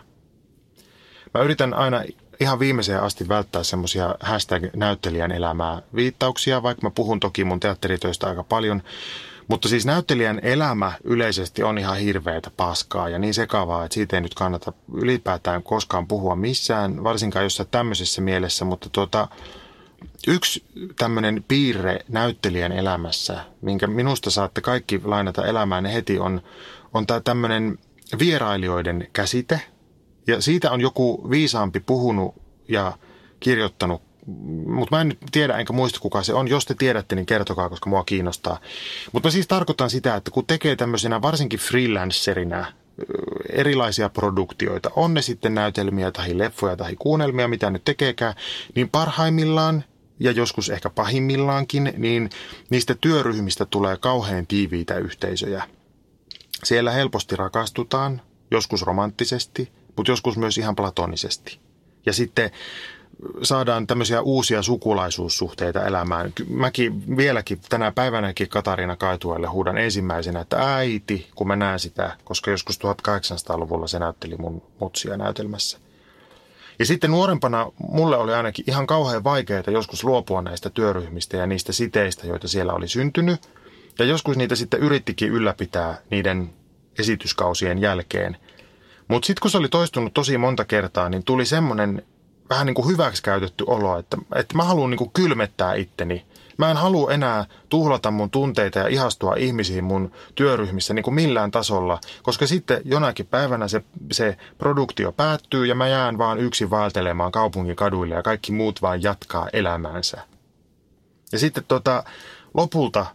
Mä yritän aina ihan viimeiseen asti välttää semmoisia hashtag-näyttelijän elämää viittauksia, vaikka mä puhun toki mun teatteritöistä aika paljon. Mutta siis näyttelijän elämä yleisesti on ihan hirveätä paskaa ja niin sekavaa, että siitä ei nyt kannata ylipäätään koskaan puhua missään, varsinkaan jossain tämmöisessä mielessä. Mutta tuota, yksi tämmöinen piirre näyttelijän elämässä, minkä minusta saatte kaikki lainata elämään heti, on, on tämä tämmöinen vierailijoiden käsite. Ja siitä on joku viisaampi puhunut ja kirjoittanut. Mutta mä en nyt tiedä enkä muista kuka se on. Jos te tiedätte, niin kertokaa, koska mua kiinnostaa. Mutta mä siis tarkoitan sitä, että kun tekee tämmöisenä varsinkin freelancerina erilaisia produktioita, on ne sitten näytelmiä tai leffoja tai kuunnelmia, mitä nyt tekeekään, niin parhaimmillaan ja joskus ehkä pahimmillaankin, niin niistä työryhmistä tulee kauhean tiiviitä yhteisöjä. Siellä helposti rakastutaan, joskus romanttisesti, mutta joskus myös ihan platonisesti. Ja sitten saadaan tämmöisiä uusia sukulaisuussuhteita elämään. Mäkin vieläkin tänä päivänäkin Katariina Kaituelle huudan ensimmäisenä, että äiti, kun mä näen sitä, koska joskus tuhatkahdeksansataaluvulla se näytteli mun mutsia näytelmässä. Ja sitten nuorempana mulle oli ainakin ihan kauhean vaikeaa joskus luopua näistä työryhmistä ja niistä siteistä, joita siellä oli syntynyt. Ja joskus niitä sitten yrittikin ylläpitää niiden esityskausien jälkeen. Mutta sitten kun se oli toistunut tosi monta kertaa, niin tuli semmoinen vähän niin kuin hyväksi käytetty olo, että, että mä haluan niin kuin kylmettää itteni. Mä en halua enää tuhlata mun tunteita ja ihastua ihmisiin mun työryhmissä niin kuin millään tasolla, koska sitten jonakin päivänä se, se produktio päättyy ja mä jään vaan yksin vaeltelemaan kaupungin kaduille ja kaikki muut vaan jatkaa elämäänsä. Ja sitten tota, lopulta,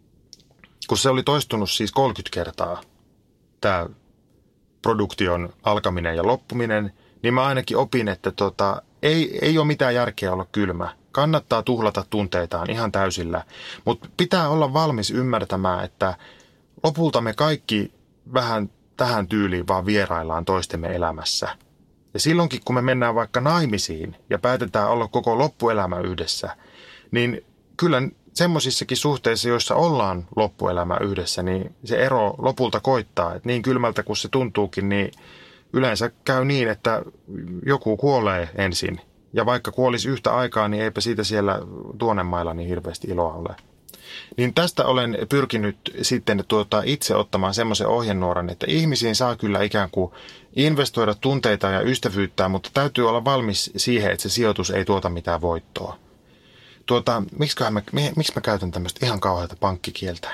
kun se oli toistunut siis kolmekymmentä kertaa, tämä produktion alkaminen ja loppuminen, niin mä ainakin opin, että tota, ei, ei ole mitään järkeä olla kylmä. Kannattaa tuhlata tunteitaan ihan täysillä, mutta pitää olla valmis ymmärtämään, että lopulta me kaikki vähän tähän tyyliin vaan vieraillaan toistemme elämässä. Ja silloinkin, kun me mennään vaikka naimisiin ja päätetään olla koko loppuelämä yhdessä, niin kyllä semmoisissakin suhteissa, joissa ollaan loppuelämä yhdessä, niin se ero lopulta koittaa. Et niin kylmältä kuin se tuntuukin, niin yleensä käy niin, että joku kuolee ensin. Ja vaikka kuolisi yhtä aikaa, niin eipä siitä siellä tuonnemailla niin hirveästi iloa ole. Niin tästä olen pyrkinyt sitten tuota itse ottamaan semmoisen ohjenuoran, että ihmisiin saa kyllä ikään kuin investoida tunteita ja ystävyyttä, mutta täytyy olla valmis siihen, että se sijoitus ei tuota mitään voittoa. Tuota, miksi mä, miksi mä käytän tämmöistä ihan kauheata pankkikieltä?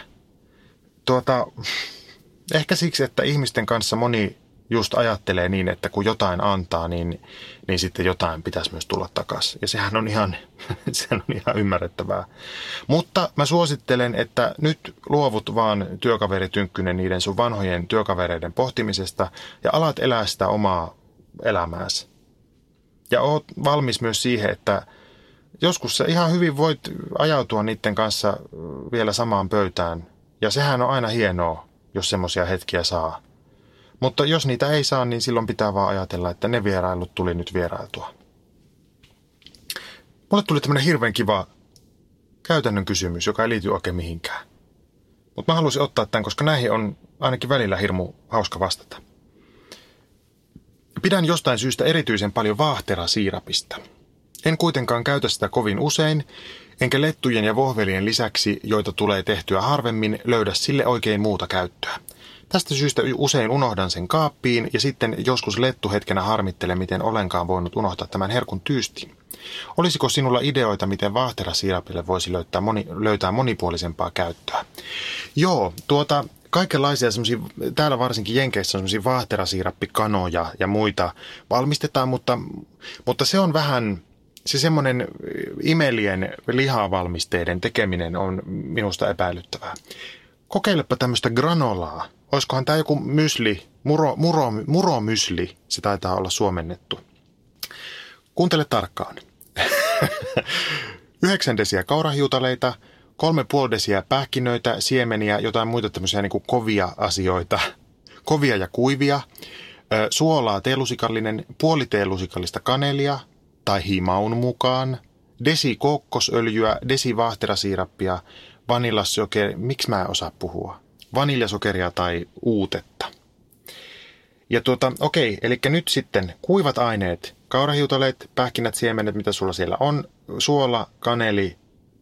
Tuota, ehkä siksi, että ihmisten kanssa moni just ajattelee niin, että kun jotain antaa, niin, niin sitten jotain pitäisi myös tulla takaisin. Ja sehän on ihan, sehän on ihan ymmärrettävää. Mutta mä suosittelen, että nyt luovut vaan työkaveri Tynkkynen niiden sun vanhojen työkavereiden pohtimisesta ja alat elää sitä omaa elämääsi. Ja oot valmis myös siihen, että joskus sä ihan hyvin voit ajautua niiden kanssa vielä samaan pöytään. Ja sehän on aina hienoa, jos semmoisia hetkiä saa. Mutta jos niitä ei saa, niin silloin pitää vaan ajatella, että ne vierailut tuli nyt vierailtua. Mulle tuli tämmöinen hirveän kiva käytännön kysymys, joka ei liity oikein mihinkään. Mutta mä halusin ottaa tämän, koska näihin on ainakin välillä hirmu hauska vastata. Pidän jostain syystä erityisen paljon vaahterasiirapista. En kuitenkaan käytä sitä kovin usein, enkä lettujen ja vohvelien lisäksi, joita tulee tehtyä harvemmin, löydä sille oikein muuta käyttöä. Tästä syystä usein unohdan sen kaappiin ja sitten joskus lettuhetkenä harmittelen, miten olenkaan voinut unohtaa tämän herkun tyystin. Olisiko sinulla ideoita, miten vaahterasiirapille voisi löytää, moni, löytää monipuolisempaa käyttöä? Joo, tuota, kaikenlaisia semmoisia, täällä varsinkin Jenkeissä on semmoisia vaahterasiirappikanoja ja muita valmistetaan, mutta, mutta se on vähän, se semmoinen imelien lihavalmisteiden tekeminen on minusta epäilyttävää. Kokeilepa tämmöistä granolaa. Olisikohan tämä joku mysli, muro, muro, muromysli, se taitaa olla suomennettu. Kuuntele tarkkaan. Yhdeksän desiä kaurahiutaleita, kolme puoli desiä pähkinöitä, siemeniä, jotain muita tämmöisiä niin kuin kovia asioita, kovia ja kuivia, suolaa teelusikallinen, puoli teelusikallista kanelia tai himaun mukaan, desi kookosöljyä, desi vaahterasiirappia, vanillasokeri, miksi mä en osaa puhua? Vaniljasokeria tai uutetta. Ja tuota, okei, eli nyt sitten kuivat aineet, kaurahiutaleet, pähkinät, siemenet, mitä sulla siellä on, suola, kaneli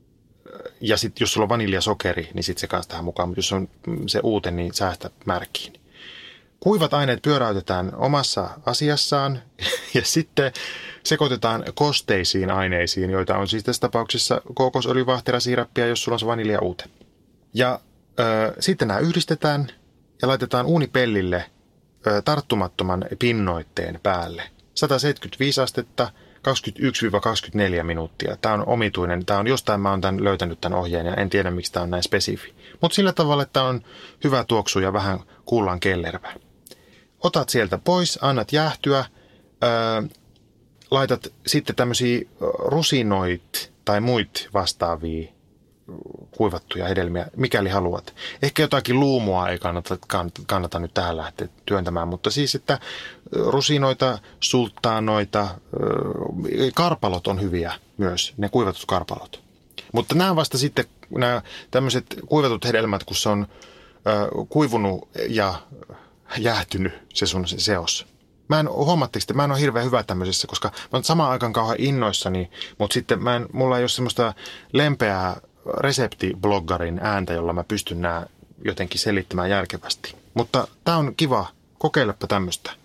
ja sitten jos sulla on vaniljasokeri, niin sitten se kanssa tähän mukaan, mutta jos on se uute, niin säästä märkiin. Kuivat aineet pyöräytetään omassa asiassaan ja sitten sekoitetaan kosteisiin aineisiin, joita on siis tässä tapauksessa kookosöljyvaahterasiirappia, jos sulla on se vaniljauute. Ja ö, sitten nämä yhdistetään ja laitetaan uunipellille ö, tarttumattoman pinnoitteen päälle. sata seitsemänkymmentäviisi astetta, kaksikymmentäyksi kaksikymmentäneljä minuuttia. Tämä on omituinen. Tämä on jostain mä oon tämän löytänyt tämän ohjeen ja en tiedä miksi tämä on näin spesifi. Mutta sillä tavalla, että on hyvä tuoksu ja vähän kuullaan kellervä. Otat sieltä pois, annat jäähtyä, öö, laitat sitten tämmöisiä rusinoit tai muit vastaavia kuivattuja hedelmiä, mikäli haluat. Ehkä jotakin luumua ei kannata, kannata nyt tähän lähteä työntämään, mutta siis, että rusinoita, sulttaanoita, karpalot on hyviä myös, ne kuivatut karpalot. Mutta nämä vasta sitten, nämä tämmöiset kuivatut hedelmät, kun se on kuivunut ja jäähtynyt se sun se seos. Mä en, huomatteko, että mä en ole hirveän hyvä tämmöisessä, koska mä oon samaan aikaan kauhean innoissani, mutta sitten mä en, mulla ei ole semmoista lempeää reseptibloggarin ääntä, jolla mä pystyn nämä jotenkin selittämään järkevästi. Mutta tää on kiva, kokeilepa tämmöistä.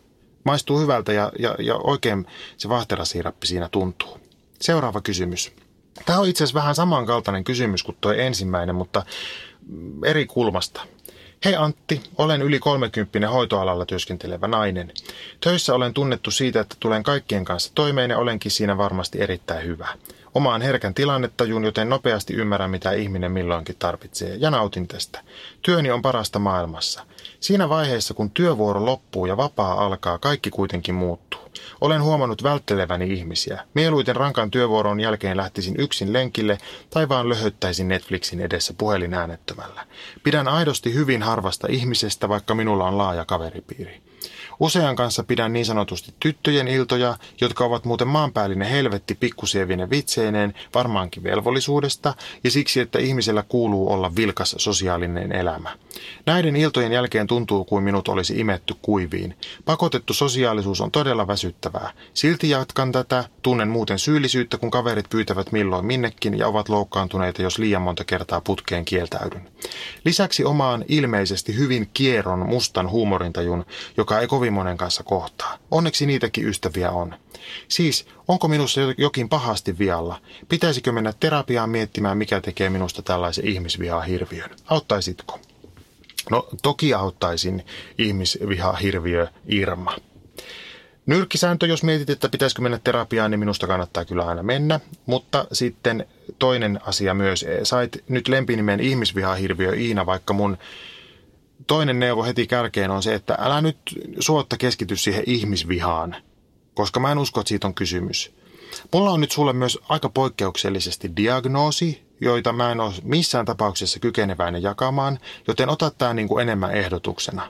Maistuu hyvältä ja, ja, ja oikein se vaahterasiirappi siinä tuntuu. Seuraava kysymys. Tämä on itse asiassa vähän samankaltainen kysymys kuin tuo ensimmäinen, mutta eri kulmasta. Hei Antti, olen yli kolmekymppinen hoitoalalla työskentelevä nainen. Töissä olen tunnettu siitä, että tulen kaikkien kanssa toimeen ja olenkin siinä varmasti erittäin hyvä. Omaan herkän tilannetajun, joten nopeasti ymmärrän, mitä ihminen milloinkin tarvitsee, ja nautin tästä. Työni on parasta maailmassa. Siinä vaiheessa, kun työvuoro loppuu ja vapaa alkaa, kaikki kuitenkin muuttuu. Olen huomannut vältteleväni ihmisiä. Mieluiten rankan työvuoron jälkeen lähtisin yksin lenkille tai vaan löhöttäisin Netflixin edessä puhelin äänettömällä. Pidän aidosti hyvin harvasta ihmisestä, vaikka minulla on laaja kaveripiiri. Usean kanssa pidän niin sanotusti tyttöjen iltoja, jotka ovat muuten maanpäällinen helvetti pikkusievinen vitseineen, varmaankin velvollisuudesta, ja siksi, että ihmisellä kuuluu olla vilkas sosiaalinen elämä. Näiden iltojen jälkeen tuntuu, kuin minut olisi imetty kuiviin. Pakotettu sosiaalisuus on todella väsyttävää. Silti jatkan tätä, tunnen muuten syyllisyyttä, kun kaverit pyytävät milloin minnekin ja ovat loukkaantuneita, jos liian monta kertaa putkeen kieltäydyn. Lisäksi omaan ilmeisesti hyvin kieron mustan huumorintajun, joka ei kovin monen kanssa kohtaa. Onneksi niitäkin ystäviä on. Siis, onko minussa jokin pahasti vialla? Pitäisikö mennä terapiaan miettimään, mikä tekee minusta tällaisen ihmisvihahirviön? Auttaisitko? No, toki auttaisin ihmisvihahirviö Irma. Nyrkkisääntö, jos mietit, että pitäisikö mennä terapiaan, niin minusta kannattaa kyllä aina mennä. Mutta sitten toinen asia myös. Sait nyt lempinimen ihmisvihahirviö Iina, vaikka mun toinen neuvo heti kärkeen on se, että älä nyt suotta keskity siihen ihmisvihaan, koska mä en usko, että siitä on kysymys. Mulla on nyt sulle myös aika poikkeuksellisesti diagnoosi, joita mä en ole missään tapauksessa kykeneväinen jakamaan, joten ota tää niin kuin enemmän ehdotuksena.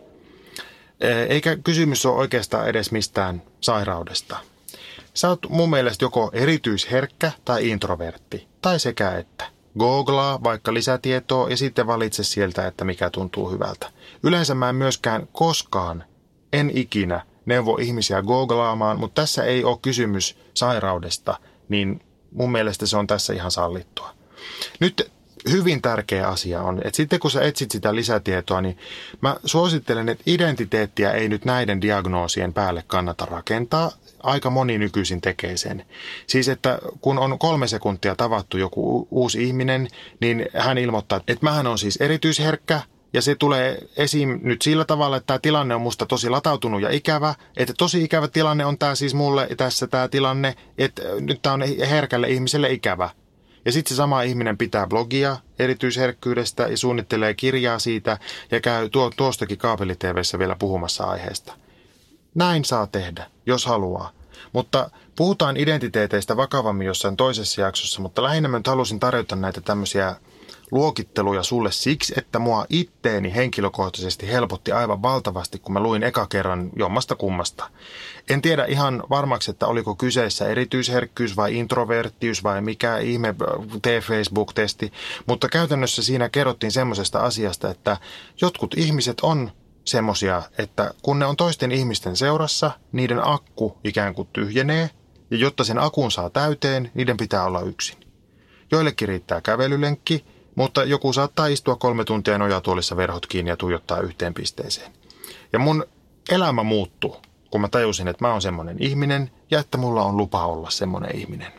Eikä kysymys ole oikeastaan edes mistään sairaudesta. Sä oot mun mielestä joko erityisherkkä tai introvertti, tai sekä että. Googlaa vaikka lisätietoa ja sitten valitse sieltä, että mikä tuntuu hyvältä. Yleensä mä en myöskään koskaan, en ikinä, neuvo ihmisiä googlaamaan, mutta tässä ei ole kysymys sairaudesta, niin mun mielestä se on tässä ihan sallittua. Nyt hyvin tärkeä asia on, että sitten kun sä etsit sitä lisätietoa, niin mä suosittelen, että identiteettiä ei nyt näiden diagnoosien päälle kannata rakentaa. Aika moni nykyisin tekee sen. Siis, että kun on kolme sekuntia tavattu joku uusi ihminen, niin hän ilmoittaa, että mähän on siis erityisherkkä, ja se tulee esiin nyt sillä tavalla, että tämä tilanne on musta tosi latautunut ja ikävä, että tosi ikävä tilanne on tämä siis mulle tässä tämä tilanne, että nyt tämä on herkälle ihmiselle ikävä. Ja sitten se sama ihminen pitää blogia erityisherkkyydestä ja suunnittelee kirjaa siitä ja käy tuo, tuostakin kaapeli-tv:ssä vielä puhumassa aiheesta. Näin saa tehdä, jos haluaa. Mutta puhutaan identiteeteistä vakavammin jossain toisessa jaksossa, mutta lähinnä mä nyt halusin tarjota näitä tämmöisiä luokitteluja sulle siksi, että mua itteeni henkilökohtaisesti helpotti aivan valtavasti, kun mä luin eka kerran jommasta kummasta. En tiedä ihan varmaksi, että oliko kyseessä erityisherkkyys vai introverttius vai mikä ihme T-Facebook-testi, mutta käytännössä siinä kerrottiin semmoisesta asiasta, että jotkut ihmiset on semmoisia, että kun ne on toisten ihmisten seurassa, niiden akku ikään kuin tyhjenee, ja jotta sen akun saa täyteen, niiden pitää olla yksin. Joillekin riittää kävelylenkki, mutta joku saattaa istua kolme tuntia nojatuolissa verhot kiinni ja tuijottaa yhteen pisteeseen. Ja mun elämä muuttui, kun mä tajusin, että mä oon semmoinen ihminen ja että mulla on lupa olla semmoinen ihminen.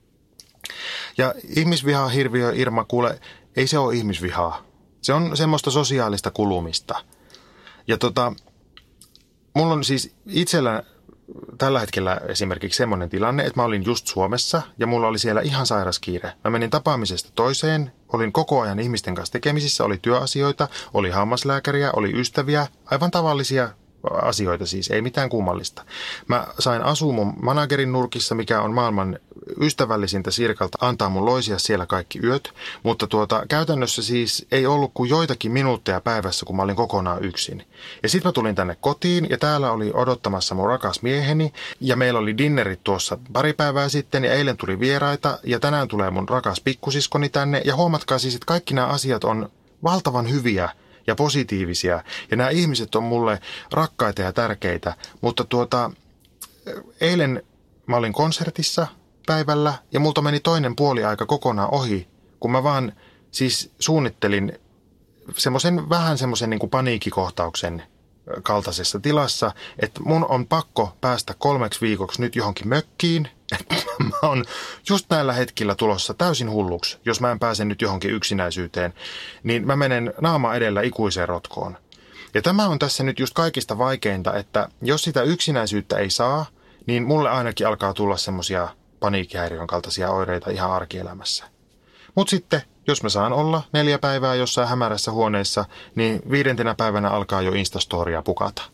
Ja ihmisvihaa hirviö Irma, kuule, ei se ole ihmisvihaa. Se on semmoista sosiaalista kulumista. Ja tota, mulla on siis itsellä tällä hetkellä esimerkiksi semmoinen tilanne, että mä olin just Suomessa ja mulla oli siellä ihan sairas kiire. Mä menin tapaamisesta toiseen, olin koko ajan ihmisten kanssa tekemisissä, oli työasioita, oli hammaslääkäriä, oli ystäviä, aivan tavallisia asioita siis, ei mitään kummallista. Mä sain asua mun managerin nurkissa, mikä on maailman ystävällisintä Sirkalta antaa mun loisia siellä kaikki yöt, mutta tuota, käytännössä siis ei ollut kuin joitakin minuutteja päivässä, kun mä olin kokonaan yksin. Ja sit mä tulin tänne kotiin ja täällä oli odottamassa mun rakas mieheni ja meillä oli dinnerit tuossa pari päivää sitten ja eilen tuli vieraita ja tänään tulee mun rakas pikkusiskoni tänne ja huomatkaa siis, että kaikki nämä asiat on valtavan hyviä ja positiivisia. Ja nämä ihmiset on mulle rakkaita ja tärkeitä. Mutta tuota, eilen mä olin konsertissa päivällä ja multa meni toinen puoliaika kokonaan ohi, kun mä vaan siis suunnittelin semmoisen vähän semmoisen niin kuin paniikkikohtauksen kaltaisessa tilassa, että mun on pakko päästä kolmeksi viikoksi nyt johonkin mökkiin. Että mä oon just näillä hetkillä tulossa täysin hulluksi, jos mä en pääse nyt johonkin yksinäisyyteen, niin mä menen naama edellä ikuiseen rotkoon. Ja tämä on tässä nyt just kaikista vaikeinta, että jos sitä yksinäisyyttä ei saa, niin mulle ainakin alkaa tulla semmoisia paniikkihäiriön kaltaisia oireita ihan arkielämässä. Mutta sitten, jos mä saan olla neljä päivää jossain hämärässä huoneessa, niin viidentenä päivänä alkaa jo Instastoria pukata.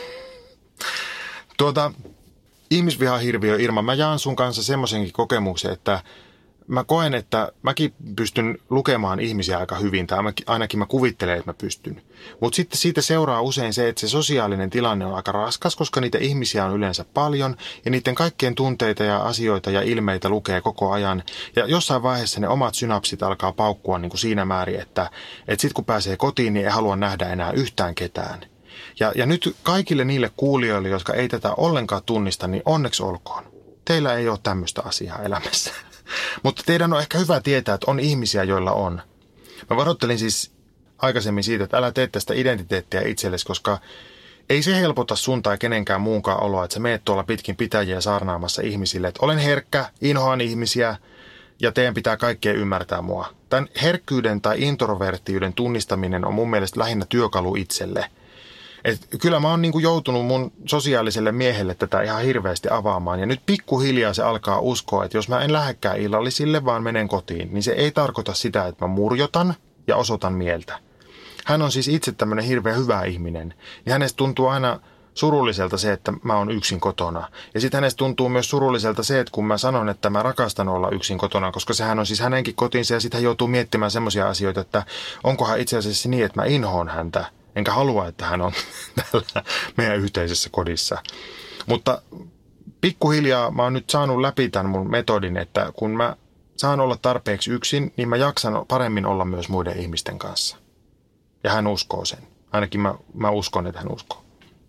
tuota, ihmisvihahirviö Irma, mä jaan sun kanssa semmoisenkin kokemuksen, että mä koen, että mäkin pystyn lukemaan ihmisiä aika hyvin, tai ainakin mä kuvittelen, että mä pystyn. Mutta sitten siitä seuraa usein se, että se sosiaalinen tilanne on aika raskas, koska niitä ihmisiä on yleensä paljon, ja niiden kaikkien tunteita ja asioita ja ilmeitä lukee koko ajan. Ja jossain vaiheessa ne omat synapsit alkaa paukkua niin kuin siinä määrin, että, että sitten kun pääsee kotiin, niin ei halua nähdä enää yhtään ketään. Ja, ja nyt kaikille niille kuulijoille, jotka ei tätä ollenkaan tunnista, niin onneksi olkoon. Teillä ei ole tämmöistä asiaa elämässä. Mutta teidän on ehkä hyvä tietää, että on ihmisiä, joilla on. Mä varoittelin siis aikaisemmin siitä, että älä tee tästä identiteettiä itsellesi, koska ei se helpota sun tai kenenkään muunkaan oloa, että sä meet tuolla pitkin pitäjiä saarnaamassa ihmisille, että olen herkkä, inhoan ihmisiä ja teidän pitää kaikkea ymmärtää mua. Tämän herkkyyden tai introverttiyden tunnistaminen on mun mielestä lähinnä työkalu itselle. Et kyllä mä oon niinku joutunut mun sosiaaliselle miehelle tätä ihan hirveästi avaamaan ja nyt pikkuhiljaa se alkaa uskoa, että jos mä en lähdekään illallisille, vaan menen kotiin, niin se ei tarkoita sitä, että mä murjotan ja osoitan mieltä. Hän on siis itse tämmöinen hirveän hyvä ihminen ja hänestä tuntuu aina surulliselta se, että mä oon yksin kotona. Ja sitten hänestä tuntuu myös surulliselta se, että kun mä sanon, että mä rakastan olla yksin kotona, koska sehän on siis hänenkin kotinsa ja sitten hän joutuu miettimään semmoisia asioita, että onkohan itse asiassa niin, että mä inhoon häntä. Enkä halua, että hän on täällä meidän yhteisessä kodissa. Mutta pikkuhiljaa mä oon nyt saanut läpi tämän mun metodin, että kun mä saan olla tarpeeksi yksin, niin mä jaksan paremmin olla myös muiden ihmisten kanssa. Ja hän uskoo sen. Ainakin mä, mä uskon, että hän uskoo.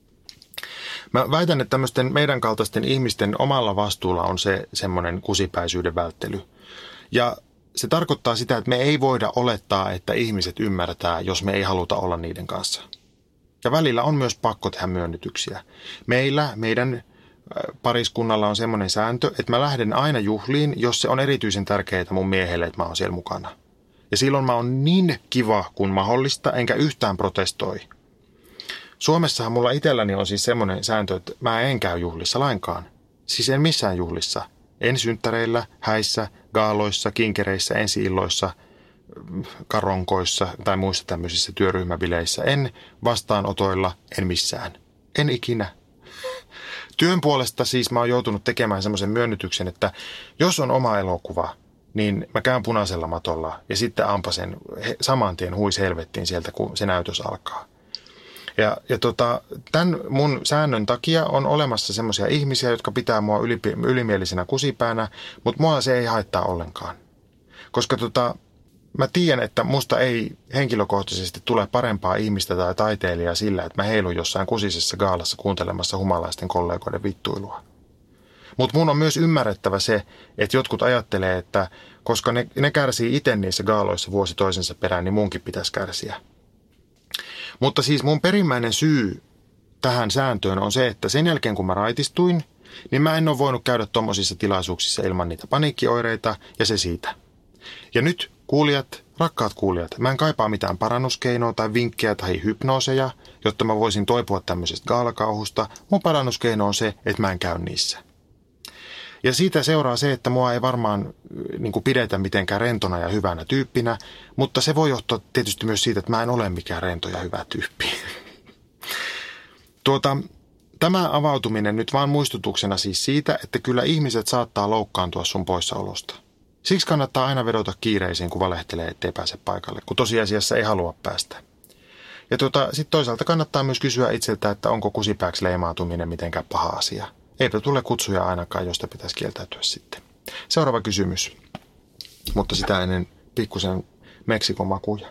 Mä väitän, että tämmöisten meidän kaltaisten ihmisten omalla vastuulla on se semmoinen kusipäisyyden välttely. Ja se tarkoittaa sitä, että me ei voida olettaa, että ihmiset ymmärtää, jos me ei haluta olla niiden kanssa. Ja välillä on myös pakko tehdä myönnytyksiä. Meillä, meidän pariskunnalla on semmoinen sääntö, että mä lähden aina juhliin, jos se on erityisen tärkeää mun miehelle, että mä oon siellä mukana. Ja silloin mä oon niin kiva kuin mahdollista, enkä yhtään protestoi. Suomessahan mulla itselläni on siis semmoinen sääntö, että mä en käy juhlissa lainkaan. Siis en missään juhlissa. En synttäreillä, häissä, gaaloissa, kinkereissä, ensi-illoissa, karonkoissa tai muissa tämmöisissä työryhmäbileissä. En vastaanotoilla, en missään. En ikinä. Työn puolesta siis mä oon joutunut tekemään semmoisen myönnytyksen, että jos on oma elokuva, niin mä käyn punaisella matolla ja sitten ampasen saman tien huis helvettiin sieltä, kun se näytös alkaa. Ja, ja tota, tämän mun säännön takia on olemassa semmoisia ihmisiä, jotka pitää mua yli, ylimielisenä kusipäänä, mutta mua se ei haittaa ollenkaan. Koska tota, mä tiedän, että musta ei henkilökohtaisesti tule parempaa ihmistä tai taiteilijaa sillä, että mä heilun jossain kusisessa gaalassa kuuntelemassa humalaisten kollegoiden vittuilua. Mutta mun on myös ymmärrettävä se, että jotkut ajattelee, että koska ne, ne kärsii itse niissä gaaloissa vuosi toisensa perään, niin munkin pitäisi kärsiä. Mutta siis mun perimmäinen syy tähän sääntöön on se, että sen jälkeen kun mä raitistuin, niin mä en ole voinut käydä tommosissa tilaisuuksissa ilman niitä paniikkioireita ja se siitä. Ja nyt kuulijat, rakkaat kuulijat, mä en kaipaa mitään parannuskeinoa tai vinkkejä tai hypnooseja, jotta mä voisin toipua tämmöisestä gaalakauhusta. Mun parannuskeino on se, että mä en käy niissä. Ja siitä seuraa se, että mua ei varmaan niin kuin pidetä mitenkään rentona ja hyvänä tyyppinä, mutta se voi johtaa tietysti myös siitä, että mä en ole mikään rento ja hyvä tyyppi. Tuota, tämä avautuminen nyt vaan muistutuksena siis siitä, että kyllä ihmiset saattaa loukkaantua sun poissaolosta. Siksi kannattaa aina vedota kiireisiin, kun valehtelee, ettei pääse paikalle, kun tosiasiassa ei halua päästä. Ja tuota, sitten toisaalta kannattaa myös kysyä itseltä, että onko kusipääksi leimautuminen mitenkään paha asia. Eipä tule kutsuja ainakaan, josta pitäisi kieltäytyä sitten. Seuraava kysymys, mutta sitä ennen pikkusen Meksikon makuja.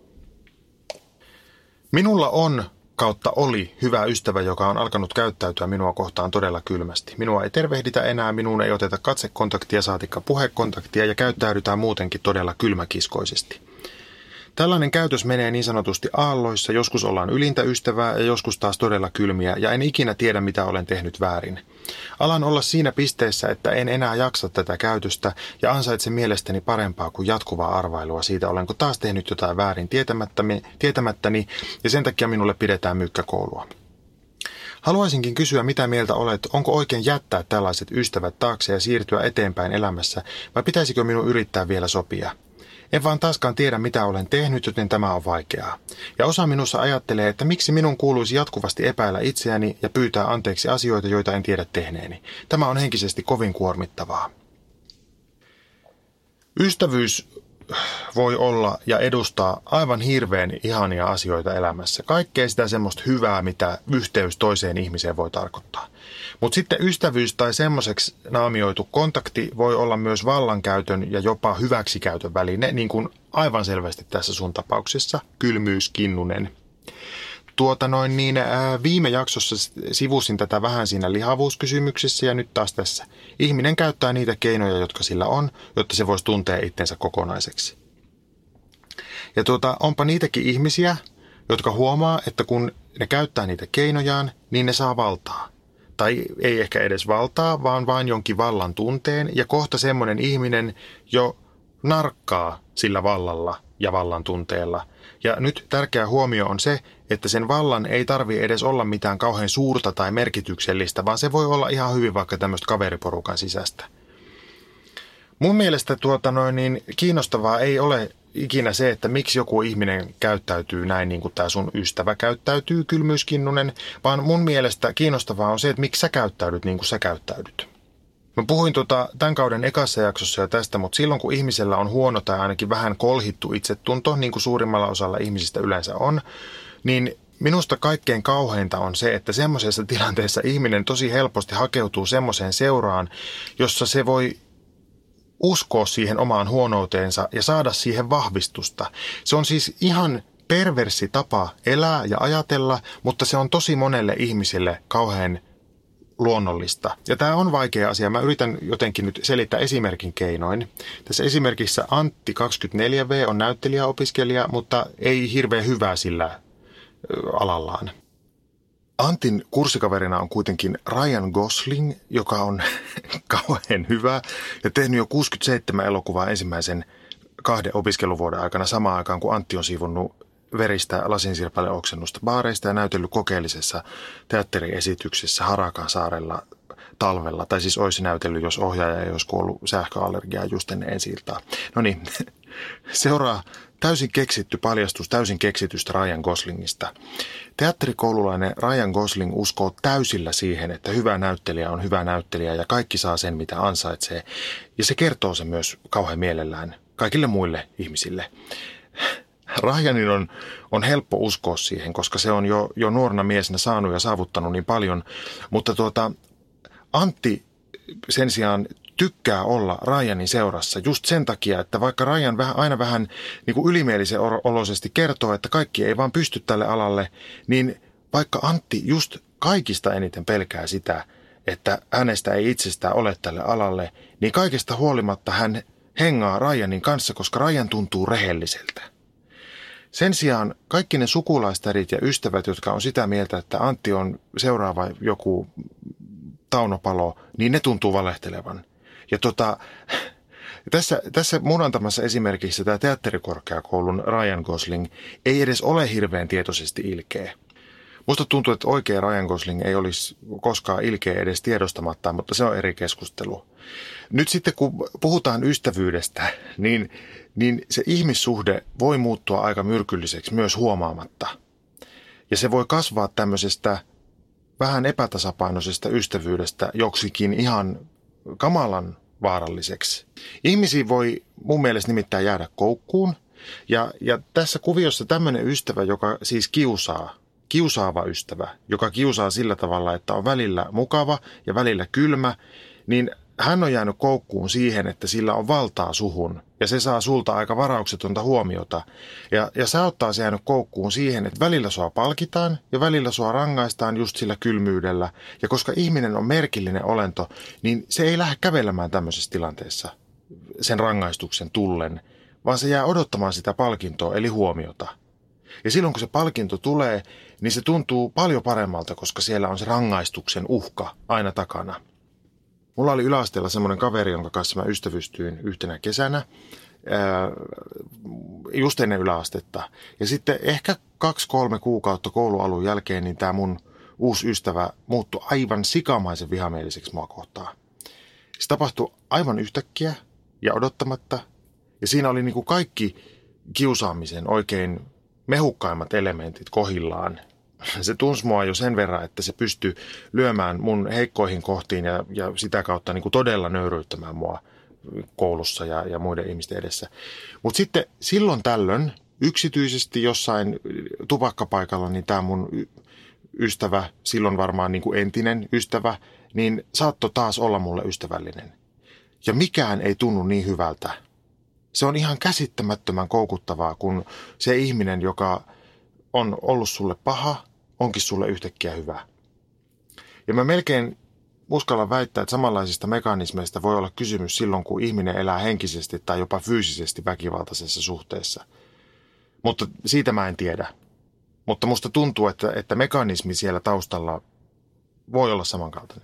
Minulla on kautta oli hyvä ystävä, joka on alkanut käyttäytyä minua kohtaan todella kylmästi. Minua ei tervehditä enää, minuun ei oteta katsekontaktia, saatikka puhekontaktia ja käyttäydytään muutenkin todella kylmäkiskoisesti. Tällainen käytös menee niin sanotusti aalloissa, joskus ollaan ylintä ystävää ja joskus taas todella kylmiä ja en ikinä tiedä mitä olen tehnyt väärin. Alan olla siinä pisteessä, että en enää jaksa tätä käytöstä ja ansaitse mielestäni parempaa kuin jatkuvaa arvailua siitä, olenko taas tehnyt jotain väärin tietämättäni ja sen takia minulle pidetään mykkäkoulua. Haluaisinkin kysyä, mitä mieltä olet, onko oikein jättää tällaiset ystävät taakse ja siirtyä eteenpäin elämässä vai pitäisikö minun yrittää vielä sopia? En vaan taaskaan tiedä, mitä olen tehnyt, joten tämä on vaikeaa. Ja osa minussa ajattelee, että miksi minun kuuluisi jatkuvasti epäillä itseäni ja pyytää anteeksi asioita, joita en tiedä tehneeni. Tämä on henkisesti kovin kuormittavaa. Ystävyys voi olla ja edustaa aivan hirveän ihania asioita elämässä. Kaikkea sitä semmoista hyvää, mitä yhteys toiseen ihmiseen voi tarkoittaa. Mutta sitten ystävyys tai semmoiseksi naamioitu kontakti voi olla myös vallankäytön ja jopa hyväksikäytön väline, niin kuin aivan selvästi tässä sun tapauksessa, Kylmyys Kinnunen. Tuota noin niin, ää, viime jaksossa sivusin tätä vähän siinä lihavuuskysymyksessä ja nyt taas tässä. Ihminen käyttää niitä keinoja, jotka sillä on, jotta se voisi tuntea itsensä kokonaiseksi. Ja tuota, onpa niitäkin ihmisiä, jotka huomaa, että kun ne käyttää niitä keinojaan, niin ne saa valtaa. Tai ei ehkä edes valtaa, vaan vain jonkin vallan tunteen ja kohta semmoinen ihminen jo narkkaa sillä vallalla ja vallan tunteella. Ja nyt tärkeä huomio on se, että sen vallan ei tarvitse edes olla mitään kauhean suurta tai merkityksellistä, vaan se voi olla ihan hyvin vaikka tämmöistä kaveriporukan sisäistä. Mun mielestä tuota noin, niin kiinnostavaa ei ole ikinä se, että miksi joku ihminen käyttäytyy näin niin kuin tämä sun ystävä käyttäytyy, Kylmyys Kinnunen, vaan mun mielestä kiinnostavaa on se, että miksi sä käyttäydyt niin kuin sä käyttäydyt. Mä puhuin tota tämän kauden ekassa jaksossa jo tästä, mutta silloin kun ihmisellä on huono tai ainakin vähän kolhittu itsetunto, niin kuin suurimmalla osalla ihmisistä yleensä on, niin minusta kaikkein kauheinta on se, että semmoisessa tilanteessa ihminen tosi helposti hakeutuu semmoiseen seuraan, jossa se voi uskoa siihen omaan huonouteensa ja saada siihen vahvistusta. Se on siis ihan perversi tapa elää ja ajatella, mutta se on tosi monelle ihmiselle kauhean luonnollista. Ja tämä on vaikea asia. Mä yritän jotenkin nyt selittää esimerkin keinoin. Tässä esimerkissä Antti kaksikymmentäneljä vuotias on näyttelijäopiskelija, mutta ei hirveän hyvää sillä alallaan. Antin kurssikaverina on kuitenkin Ryan Gosling, joka on kauhean hyvä ja tehnyt jo kuusikymmentäseitsemän elokuvaa ensimmäisen kahden opiskeluvuoden aikana samaan aikaan, kun Antti on siivonnut veristä lasinsirpaleoksennusta baareista ja näytellyt kokeellisessa teatteriesityksessä Harakan saarella talvella. Tai siis olisi näytellyt, jos ohjaaja ei olisi kuollut sähköallergiaa just ennen ensi-iltaa. No niin, seuraa täysin keksitty paljastus täysin keksitystä Ryan Goslingista. Teatterikoululainen Ryan Gosling uskoo täysillä siihen, että hyvä näyttelijä on hyvä näyttelijä ja kaikki saa sen, mitä ansaitsee. Ja se kertoo se myös kauhean mielellään kaikille muille ihmisille. Ryanin on, on helppo uskoa siihen, koska se on jo, jo nuorena miesenä saanut ja saavuttanut niin paljon. Mutta tuota, Antti sen sijaan tykkää olla Ryanin seurassa just sen takia, että vaikka Ryan vähän, aina vähän niin kuin ylimielisen oloisesti kertoo, että kaikki ei vaan pysty tälle alalle, niin vaikka Antti just kaikista eniten pelkää sitä, että hänestä ei itsestään ole tälle alalle, niin kaikesta huolimatta hän hengaa Ryanin kanssa, koska Ryan tuntuu rehelliseltä. Sen sijaan kaikki ne sukulaistärit ja ystävät, jotka on sitä mieltä, että Antti on seuraava joku Tauno-Palo, niin ne tuntuu valehtelevan. Ja tota, tässä, tässä mun antamassa esimerkissä tämä teatterikorkeakoulun Ryan Gosling ei edes ole hirveän tietoisesti ilkeä. Musta tuntuu, että oikea Ryan Gosling ei olisi koskaan ilkeä edes tiedostamatta, mutta se on eri keskustelu. Nyt sitten kun puhutaan ystävyydestä, niin, niin se ihmissuhde voi muuttua aika myrkylliseksi myös huomaamatta. Ja se voi kasvaa tämmöisestä vähän epätasapainoisesta ystävyydestä joksikin ihan kamalan vaaralliseksi. Ihmisiä voi mun mielestä nimittäin jäädä koukkuun. Ja, ja tässä kuviossa tämmöinen ystävä, joka siis kiusaa, kiusaava ystävä, joka kiusaa sillä tavalla, että on välillä mukava ja välillä kylmä, niin hän on jäänyt koukkuun siihen, että sillä on valtaa suhun ja se saa sulta aika varauksetonta huomiota. Ja, ja sä ottaa se jäänyt koukkuun siihen, että välillä sua palkitaan ja välillä sua rangaistaan just sillä kylmyydellä. Ja koska ihminen on merkillinen olento, niin se ei lähde kävelemään tämmöisessä tilanteessa sen rangaistuksen tullen, vaan se jää odottamaan sitä palkintoa eli huomiota. Ja silloin kun se palkinto tulee, niin se tuntuu paljon paremmalta, koska siellä on se rangaistuksen uhka aina takana. Mulla oli yläasteella semmoinen kaveri, jonka kanssa mä ystävystyin yhtenä kesänä, just ennen yläastetta. Ja sitten ehkä kaksi kolme kuukautta koulualun jälkeen, niin tämä mun uusi ystävä muuttui aivan sikamaisen vihamieliseksi mua kohtaan. Se tapahtui aivan yhtäkkiä ja odottamatta. Ja siinä oli niin kuin kaikki kiusaamisen oikein mehukkaimmat elementit kohillaan. Se tunsi mua jo sen verran, että se pystyi lyömään mun heikkoihin kohtiin ja, ja sitä kautta niin kuin todella nöyryyttämään mua koulussa ja, ja muiden ihmisten edessä. Mutta sitten silloin tällöin yksityisesti jossain tupakkapaikalla, niin tämä mun ystävä, silloin varmaan niin kuin entinen ystävä, niin saattoi taas olla mulle ystävällinen. Ja mikään ei tunnu niin hyvältä. Se on ihan käsittämättömän koukuttavaa, kun se ihminen, joka on ollut sulle paha, onkin sulle yhtäkkiä hyvä. Ja mä melkein uskallan väittää, että samanlaisista mekanismeista voi olla kysymys silloin, kun ihminen elää henkisesti tai jopa fyysisesti väkivaltaisessa suhteessa. Mutta siitä mä en tiedä. Mutta musta tuntuu, että, että mekanismi siellä taustalla voi olla samankaltainen.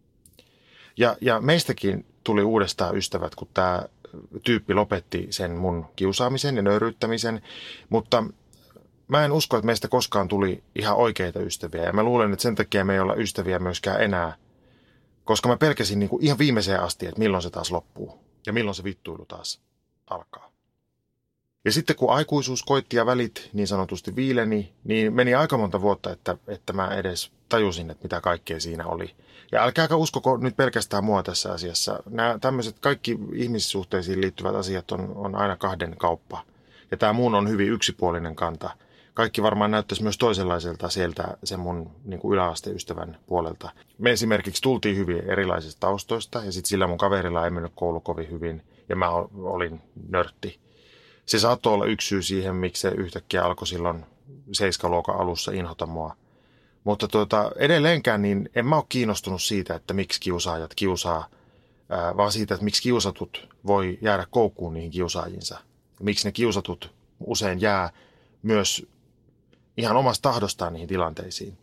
Ja, ja meistäkin tuli uudestaan ystävät, kun tämä tyyppi lopetti sen mun kiusaamisen ja nöyryyttämisen, mutta mä en usko, että meistä koskaan tuli ihan oikeita ystäviä, ja mä luulen, että sen takia me ei olla ystäviä myöskään enää, koska mä pelkäsin niin kuin ihan viimeiseen asti, että milloin se taas loppuu ja milloin se vittuilu taas alkaa. Ja sitten kun aikuisuus koitti ja välit niin sanotusti viileni, niin meni aika monta vuotta, että, että mä edes tajusin, että mitä kaikkea siinä oli. Ja älkääkä uskoko nyt pelkästään mua tässä asiassa. Nämä tämmöiset kaikki ihmissuhteisiin liittyvät asiat on, on aina kahden kauppa. Ja tämä mun on hyvin yksipuolinen kanta. Kaikki varmaan näyttäisi myös toisenlaiselta sieltä sen mun niin kuin yläasteystävän puolelta. Me esimerkiksi tultiin hyvin erilaisista taustoista ja sitten sillä mun kaverilla ei mennyt koulu kovin hyvin ja mä olin nörtti. Se saattoi olla yksi syy siihen, miksi se yhtäkkiä alkoi silloin seiskaluokan alussa inhota mua. Mutta tuota, edelleenkään niin en mä ole kiinnostunut siitä, että miksi kiusaajat kiusaa, ää, vaan siitä, että miksi kiusatut voi jäädä koukkuun niihin kiusaajinsa. Miksi ne kiusatut usein jää myös ihan omasta tahdostaan niihin tilanteisiin.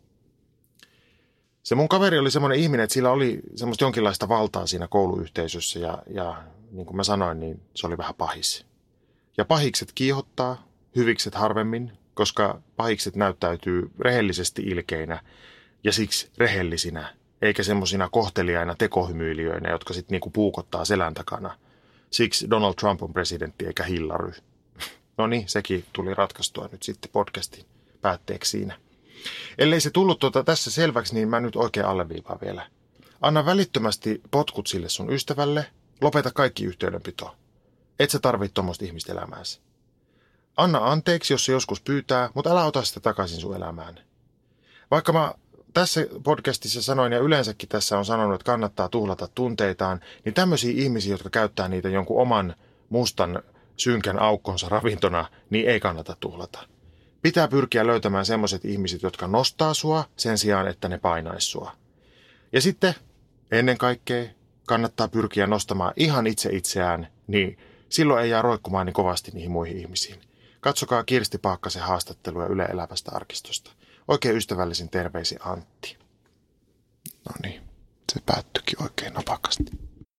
Se mun kaveri oli semmoinen ihminen, että sillä oli semmoista jonkinlaista valtaa siinä kouluyhteisössä ja, ja niin kuin mä sanoin, niin se oli vähän pahis. Ja pahikset kiihottaa, hyvikset harvemmin, koska pahikset näyttäytyy rehellisesti ilkeinä ja siksi rehellisinä, eikä semmoisina kohteliaina tekohymyilijöinä, jotka sitten niinku puukottaa selän takana. Siksi Donald Trump on presidentti eikä Hillary. No niin, sekin tuli ratkaistua nyt sitten podcastin päätteeksi siinä. Ellei se tullut tuota tässä selväksi, niin mä nyt oikein alleviivaan vielä. Anna välittömästi potkut sille sun ystävälle, lopeta kaikki yhteydenpito. Et sä tarvitse tuommoista ihmistä elämääsi. Anna anteeksi, jos se joskus pyytää, mutta älä ota sitä takaisin sun elämään. Vaikka mä tässä podcastissa sanoin ja yleensäkin tässä on sanonut, että kannattaa tuhlata tunteitaan, niin tämmöisiä ihmisiä, jotka käyttää niitä jonkun oman mustan synkän aukkonsa ravintona, niin ei kannata tuhlata. Pitää pyrkiä löytämään semmoiset ihmiset, jotka nostaa sua sen sijaan, että ne painaisi sua. Ja sitten ennen kaikkea kannattaa pyrkiä nostamaan ihan itse itseään, niin silloin ei jää roikkumaan niin kovasti niihin muihin ihmisiin. Katsokaa Kirsti Paakkasen haastattelua Yle Elävästä arkistosta. Oikein ystävällisin terveisin Antti. No niin, se päättyikin oikein napakasti.